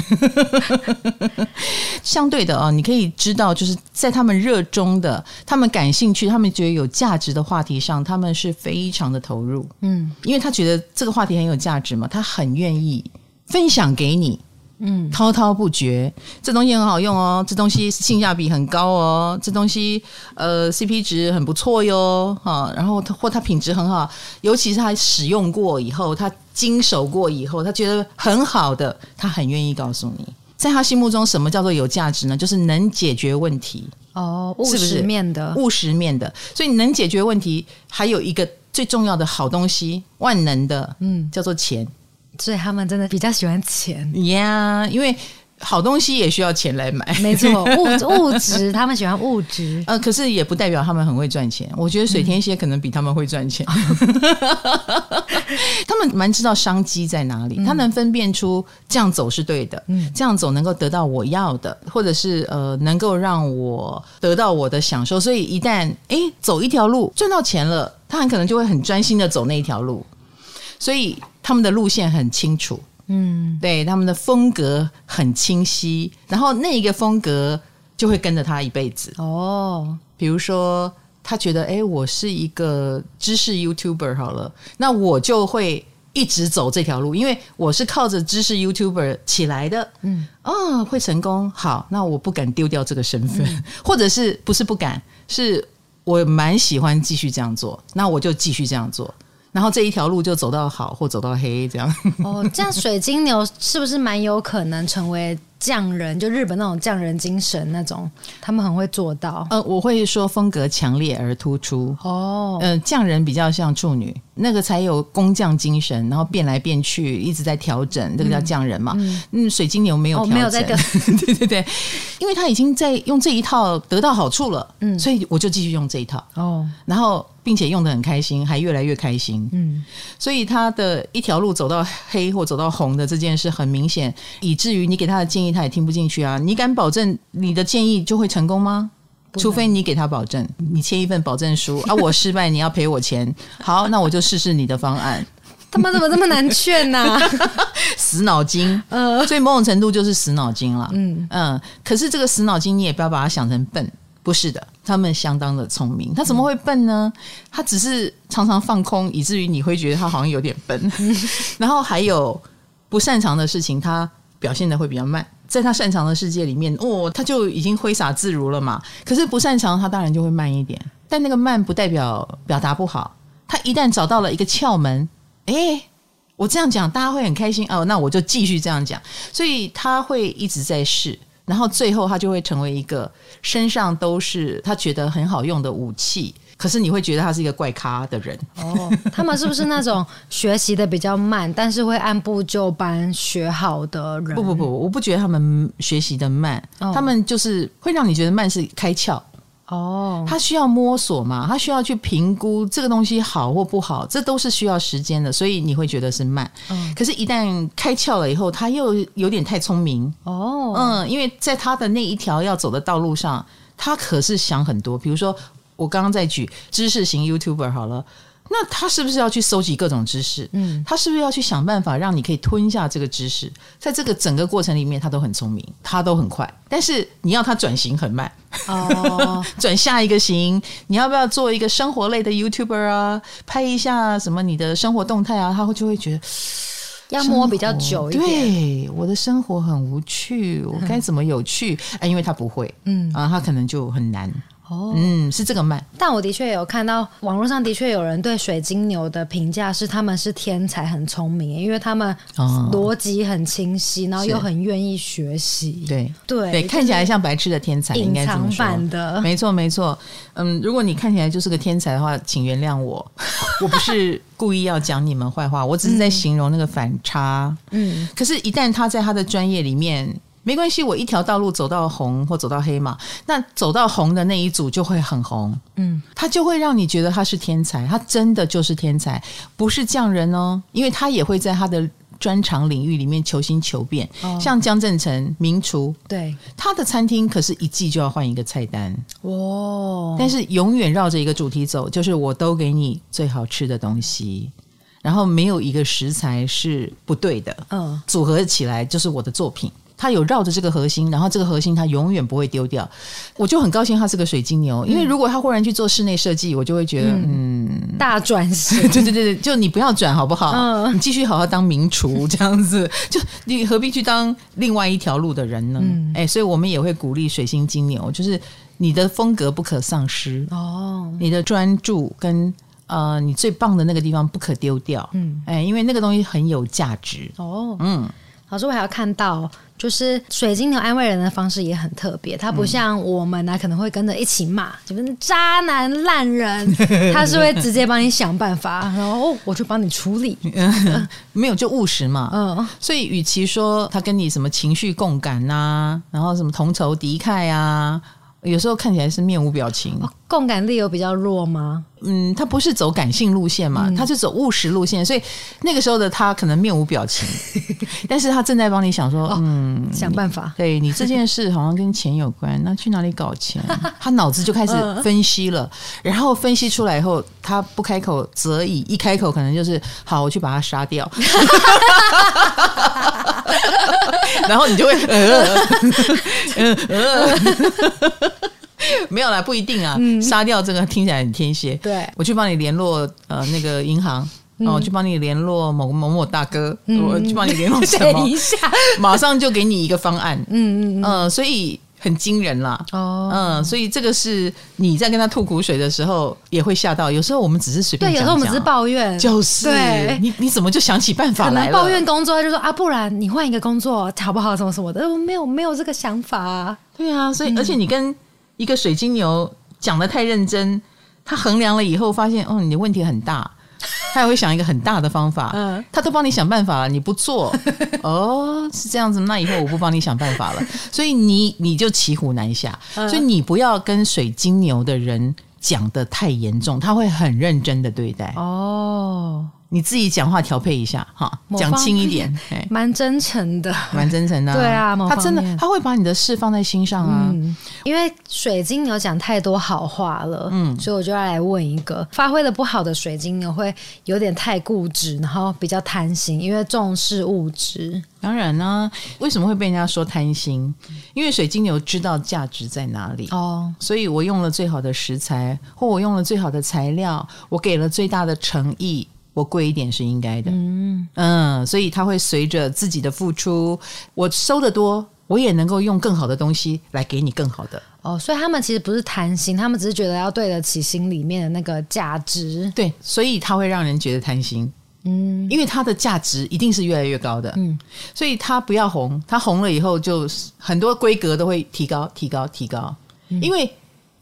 相对的啊，你可以知道，就是在他们热衷的、他们感兴趣、他们觉得有价值的话题上，他们是非常的投入。嗯，因为他觉得这个话题很有价值嘛，他很愿意分享给你。嗯，滔滔不绝，这东西很好用哦，这东西性价比很高哦，这东西呃 C P 值很不错哟，哈，然后或它品质很好，尤其是他使用过以后，他经手过以后，他觉得很好的，他很愿意告诉你。在他心目中，什么叫做有价值呢？就是能解决问题哦，务实面的， 是不是务实面的。所以能解决问题，还有一个最重要的好东西，万能的，嗯，叫做钱。 所以他们真的比较喜欢钱呀， yeah, 因为好东西也需要钱来买， 没错，物物质，他们喜欢物质。 呃，可是也不代表他们很会赚钱。我觉得水天蝎可能比他们会赚钱，嗯、他们蛮知道商机在哪里，嗯、他能分辨出这样走是对的，嗯、这样走能够得到我要的，或者是呃能够让我得到我的享受。所以一旦哎走一条路赚到钱了，他很可能就会很专心的走那一条路。所以他们的路线很清楚，嗯，对，他们的风格很清晰，然后那一个风格就会跟着他一辈子。哦，比如说他觉得，哎，我是一个知识 YouTuber 好了，那我就会一直走这条路，因为我是靠着知识 YouTuber 起来的，嗯，哦，会成功，好，那我不敢丢掉这个身份，嗯、或者是不是不敢，是我蛮喜欢继续这样做，那我就继续这样做。然后这一条路就走到好或走到黑这样。 哦，这样水金牛是不是蛮有可能成为匠人？就日本那种匠人精神那种，他们很会做到。 呃，我会说风格强烈而突出。哦，呃，匠人比较像处女，那个才有工匠精神，然后变来变去，一直在调整，这个叫匠人嘛。嗯，嗯水金牛没有调整，哦、没有在对对对，因为他已经在用这一套得到好处了，嗯，所以我就继续用这一套。哦，然后。并且用得很开心，还越来越开心。嗯，所以他的一条路走到黑或走到红的这件事很明显，以至于你给他的建议他也听不进去啊！你敢保证你的建议就会成功吗？除非你给他保证，你签一份保证书啊，我失败你要赔我钱。好，那我就试试你的方案。 他们怎么这么难劝呢、啊？ 死脑筋，呃，所以某种程度就是死脑筋了。嗯嗯，可是这个死脑筋你也不要把它想成笨。不是的，他们相当的聪明。他怎么会笨呢？他只是常常放空，以至于你会觉得他好像有点笨。然后还有不擅长的事情，他表现的会比较慢。在他擅长的世界里面，哦，他就已经挥洒自如了嘛。可是不擅长，他当然就会慢一点。但那个慢不代表表达不好。他一旦找到了一个窍门，哎，我这样讲大家会很开心哦，那我就继续这样讲。所以他会一直在试。然后最后他就会成为一个身上都是他觉得很好用的武器， 可是你会觉得他是一个怪咖的人。 哦，他们是不是那种学习的比较慢，但是会按部就班学好的人？ 不不不，我不觉得他们学习的慢，哦、他们就是会让你觉得慢是开窍。哦，他需要摸索嘛，他需要去评估这个东西好或不好，这都是需要时间的，所以你会觉得是慢。嗯，可是一旦开窍了以后，他又有点太聪明。哦，嗯，因为在他的那一条要走的道路上，他可是想很多。比如说我刚刚在举知识型 YouTuber 好了，那他是不是要去收集各种知识？嗯，他是不是要去想办法让你可以吞下这个知识？在这个整个过程里面，他都很聪明，他都很快，但是你要他转型很慢。哦，转下一个型，你要不要做一个生活类的 YouTuber 啊？拍一下什么你的生活动态啊？他会就会觉得要摸比较久一点。 对，我的生活很无趣，我该怎么有趣？哎，因为他不会，嗯啊，他可能就很难。哦，嗯，是这个慢。 但我的确有看到网络上的确有人对水晶牛的评价是他们是天才，很聪明，因为他们逻辑很清晰，然后又很愿意学习。 对对, 对，看起来像白痴的天才，应该这么说。 隐藏版的， 没错没错。嗯，如果你看起来就是个天才的话，请原谅我，我不是故意要讲你们坏话，我只是在形容那个反差。嗯，可是，一旦他在他的专业里面。没关系，我一条道路走到红或走到黑嘛，那走到红的那一组就会很红，嗯，他就会让你觉得他是天才，他真的就是天才，不是匠人哦，因为他也会在他的专长领域里面求新求变，哦、像江振成名厨， 对， 他的餐厅可是一季就要换一个菜单，哇，但是永远绕着一个主题走，就是我都给你最好吃的东西。然后没有一个食材是不对的，嗯，组合起来就是我的作品。他有绕着这个核心，然后这个核心他永远不会丢掉，我就很高兴他是个水晶牛，因为如果他忽然去做室内设计，我就会觉得嗯, 嗯大转型， 对对对对，就你不要转好不好、嗯、你继续好好当名厨这样子，就你何必去当另外一条路的人呢、嗯欸、所以我们也会鼓励水星金牛，就是你的风格不可丧失哦，你的专注跟呃你最棒的那个地方不可丢掉，嗯，哎、欸，因为那个东西很有价值哦，嗯。 老师，我还要看到，就是水晶牛安慰人的方式也很特别，他不像我们啊，可能会跟着一起骂，就是渣男烂人，他是会直接帮你想办法，然后我就帮你处理， 没有就务实嘛，嗯，所以与其说他跟你什么情绪共感啊，然后什么同仇敌忾啊。有时候看起来是面无表情、哦、 共感力有比较弱吗？ 嗯，他不是走感性路线嘛、嗯、他是走务实路线，所以那个时候的他可能面无表情但是他正在帮你想说、哦、嗯， 想办法， 你对你这件事好像跟钱有关那去哪里搞钱他脑子就开始分析了、嗯、然后分析出来以后他不开口则已，一开口可能就是好我去把他杀掉然后你就会呃呃呃没有啦，不一定啊。嗯、杀掉这个听起来很天蝎。 对， 我去帮你联络呃那个银行，嗯、哦，我去帮你联络某某某大哥，嗯、我去帮你联络什么？ 等一下， 马上就给你一个方案。嗯嗯嗯、呃，所以很惊人啦。哦，嗯，所以这个是你在跟他吐苦水的时候也会吓到。有时候我们只是随便讲讲， 对，有时候我们只是抱怨， 就是对你你怎么就想起办法来了？ 抱怨工作，他就说啊，不然你换一个工作好不好？什么什么的，我没有没有这个想法啊。 对啊，所以、嗯、而且你跟一个水晶牛讲得太认真，他衡量了以后发现，哦，你的问题很大，他也会想一个很大的方法，嗯，他都帮你想办法了，你不做，哦，是这样子，那以后我不帮你想办法了，所以你你就骑虎难下，嗯、所以你不要跟水晶牛的人讲得太严重，他会很认真的对待哦。你自己讲话调配一下哈，讲轻一点， 蛮真诚的， 蛮真诚的、啊。 对啊， 他真的他会把你的事放在心上啊。嗯、 因为水晶牛讲太多好话了，嗯，所以我就要来问一个，发挥的不好的水晶牛会有点太固执，然后比较贪心，因为重视物质。 当然呢、啊，为什么会被人家说贪心？因为水晶牛知道价值在哪里哦，所以我用了最好的食材，或我用了最好的材料，我给了最大的诚意。我贵一点是应该的，嗯嗯，所以他会随着自己的付出，我收得多，我也能够用更好的东西来给你更好的。 哦，所以他们其实不是贪心，他们只是觉得要对得起心里面的那个价值。 对，所以他会让人觉得贪心，嗯，因为他的价值一定是越来越高的，嗯，所以他不要红，他红了以后就很多规格都会提高、提高、提高，嗯、因为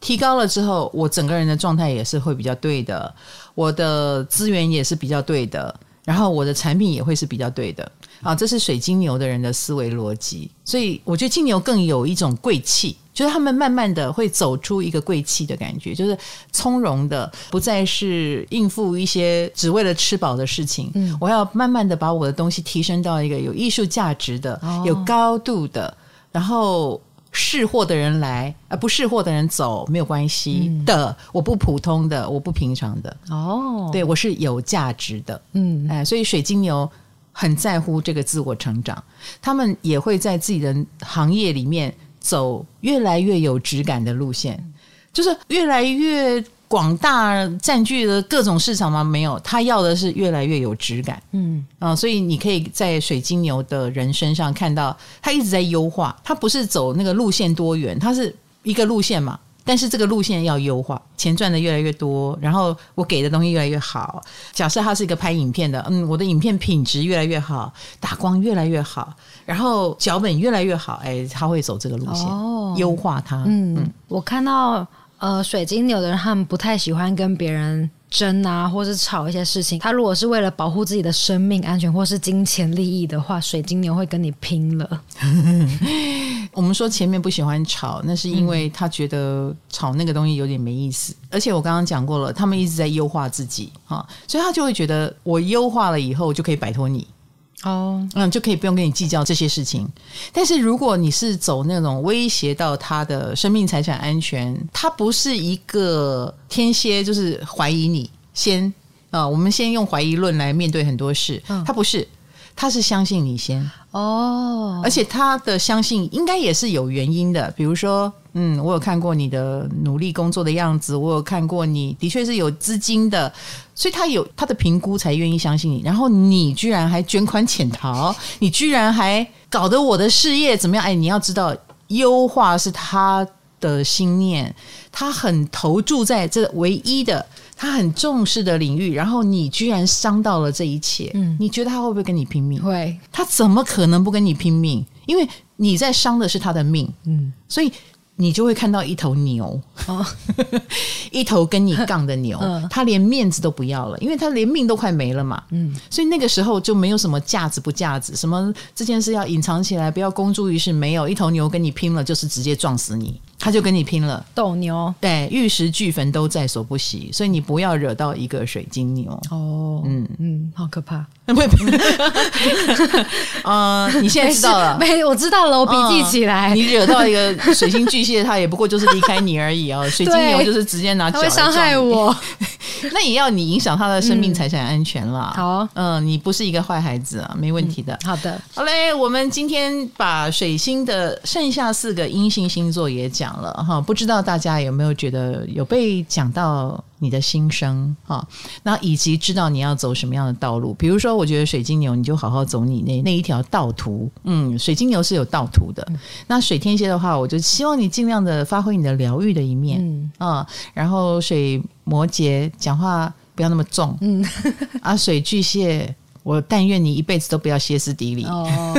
提高了之后，我整个人的状态也是会比较对的，我的资源也是比较对的，然后我的产品也会是比较对的。啊，这是水金牛的人的思维逻辑。所以我觉得金牛更有一种贵气，就是他们慢慢的会走出一个贵气的感觉，就是从容的，不再是应付一些只为了吃饱的事情、嗯、我要慢慢的把我的东西提升到一个有艺术价值的、哦、有高度的，然后识货的人来，而不识货的人走没有关系的、嗯、我不普通的，我不平常的。哦，对，我是有价值的。嗯、哎，所以水金牛很在乎这个自我成长，他们也会在自己的行业里面走越来越有质感的路线，就是越来越广大占据了各种市场吗？没有，他要的是越来越有质感。嗯、呃、所以你可以在水金牛的人身上看到他一直在优化，他不是走那个路线多元，他是一个路线嘛，但是这个路线要优化，钱赚的越来越多，然后我给的东西越来越好。假设他是一个拍影片的，嗯，我的影片品质越来越好，打光越来越好，然后脚本越来越好，哎，他会走这个路线，哦、优化它。 嗯，嗯我看到呃水金牛的人，他们不太喜欢跟别人争啊，或是吵一些事情。他如果是为了保护自己的生命安全或是金钱利益的话，水金牛会跟你拼了。 我们说前面不喜欢吵，那是因为他觉得吵那个东西有点没意思、嗯、而且我刚刚讲过了，他们一直在优化自己、啊、所以他就会觉得我优化了以后就可以摆脱你哦，嗯，就可以不用跟你计较这些事情。但是如果你是走那种威胁到他的生命财产安全，他不是一个天蝎，就是怀疑你先啊，我们先用怀疑论来面对很多事，嗯、他不是，他是相信你先哦，而且他的相信应该也是有原因的，比如说嗯，我有看过你的努力工作的样子，我有看过你的确是有资金的，所以他有他的评估才愿意相信你。然后你居然还捐款潜逃，你居然还搞得我的事业怎么样？哎，你要知道，优化是他的心念，他很投注在这唯一的他很重视的领域，然后你居然伤到了这一切、嗯、你觉得他会不会跟你拼命？ 会， 他怎么可能不跟你拼命？因为你在伤的是他的命、嗯、所以你就会看到一头牛、哦、一头跟你杠的牛、嗯、他连面子都不要了，因为他连命都快没了嘛、嗯、所以那个时候就没有什么架子不架子，什么这件事要隐藏起来不要公诸于世，没有，一头牛跟你拼了就是直接撞死你，他就跟你拼了， 斗牛， 对，玉石俱焚都在所不惜，所以你不要惹到一个水金牛哦， 嗯嗯，好可怕。 呃，你现在知道了？ 没，我知道了，我笔记起来、 嗯。你惹到一个水星巨蟹，他也不过就是离开你而已哦。水金牛就是直接拿脚来撞你，他会伤害我。 那也要你影响他的生命财产安全啦。 好、嗯， 嗯，你不是一个坏孩子啊，没问题的。 嗯、好的， 好嘞，我们今天把水星的剩下四个阴性星座也讲了哈，不知道大家有没有觉得有被讲到你的心声哈？那以及知道你要走什么样的道路？比如说，我觉得水金牛你就好好走你那那一条道途。嗯，水金牛是有道途的。嗯、那水天蝎的话，我就希望你尽量的发挥你的疗愈的一面。嗯啊，然后水摩羯讲话不要那么重。嗯啊，水巨蟹，我但愿你一辈子都不要歇斯底里。哦。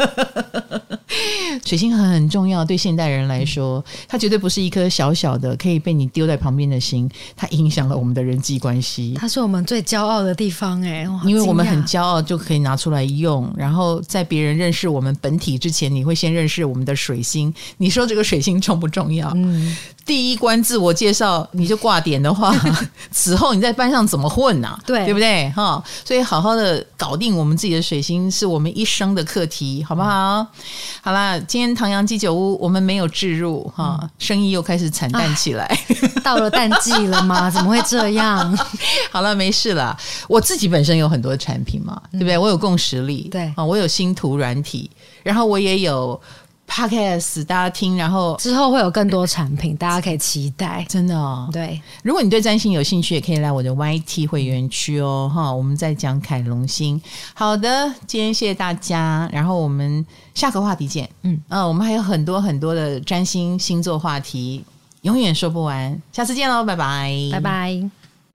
水星很很重要，对现代人来说，它绝对不是一颗小小的可以被你丢在旁边的心，它影响了我们的人际关系， 它是我们最骄傲的地方。哎， 因为我们很骄傲就可以拿出来用，然后在别人认识我们本体之前，你会先认识我们的水星。你说这个水星重不重要？嗯，第一关自我介绍你就挂点的话此后你在班上怎么混啊？对，对不对？哈，所以好好的搞定我们自己的水星是我们一生的课题，好不好？嗯、好啦，今天唐阳鸡酒屋我们没有置入哈、嗯，生意又开始惨淡起来， 到了淡季了吗？怎么会这样？ 好了，没事啦，我自己本身有很多产品嘛，对不对？我有共识力， 对啊，我有星图软体，然后我也有Podcast 大家听，然后之后会有更多产品，大家可以期待。 真的哦， 对。 如果你对占星有兴趣，也可以来我的 Y T 会员区哦。哈，我们在讲凯龙星。好的，今天谢谢大家，然后我们下个话题见。嗯，呃，我们还有很多很多的占星星座话题，永远说不完。下次见喽，拜拜， 拜拜。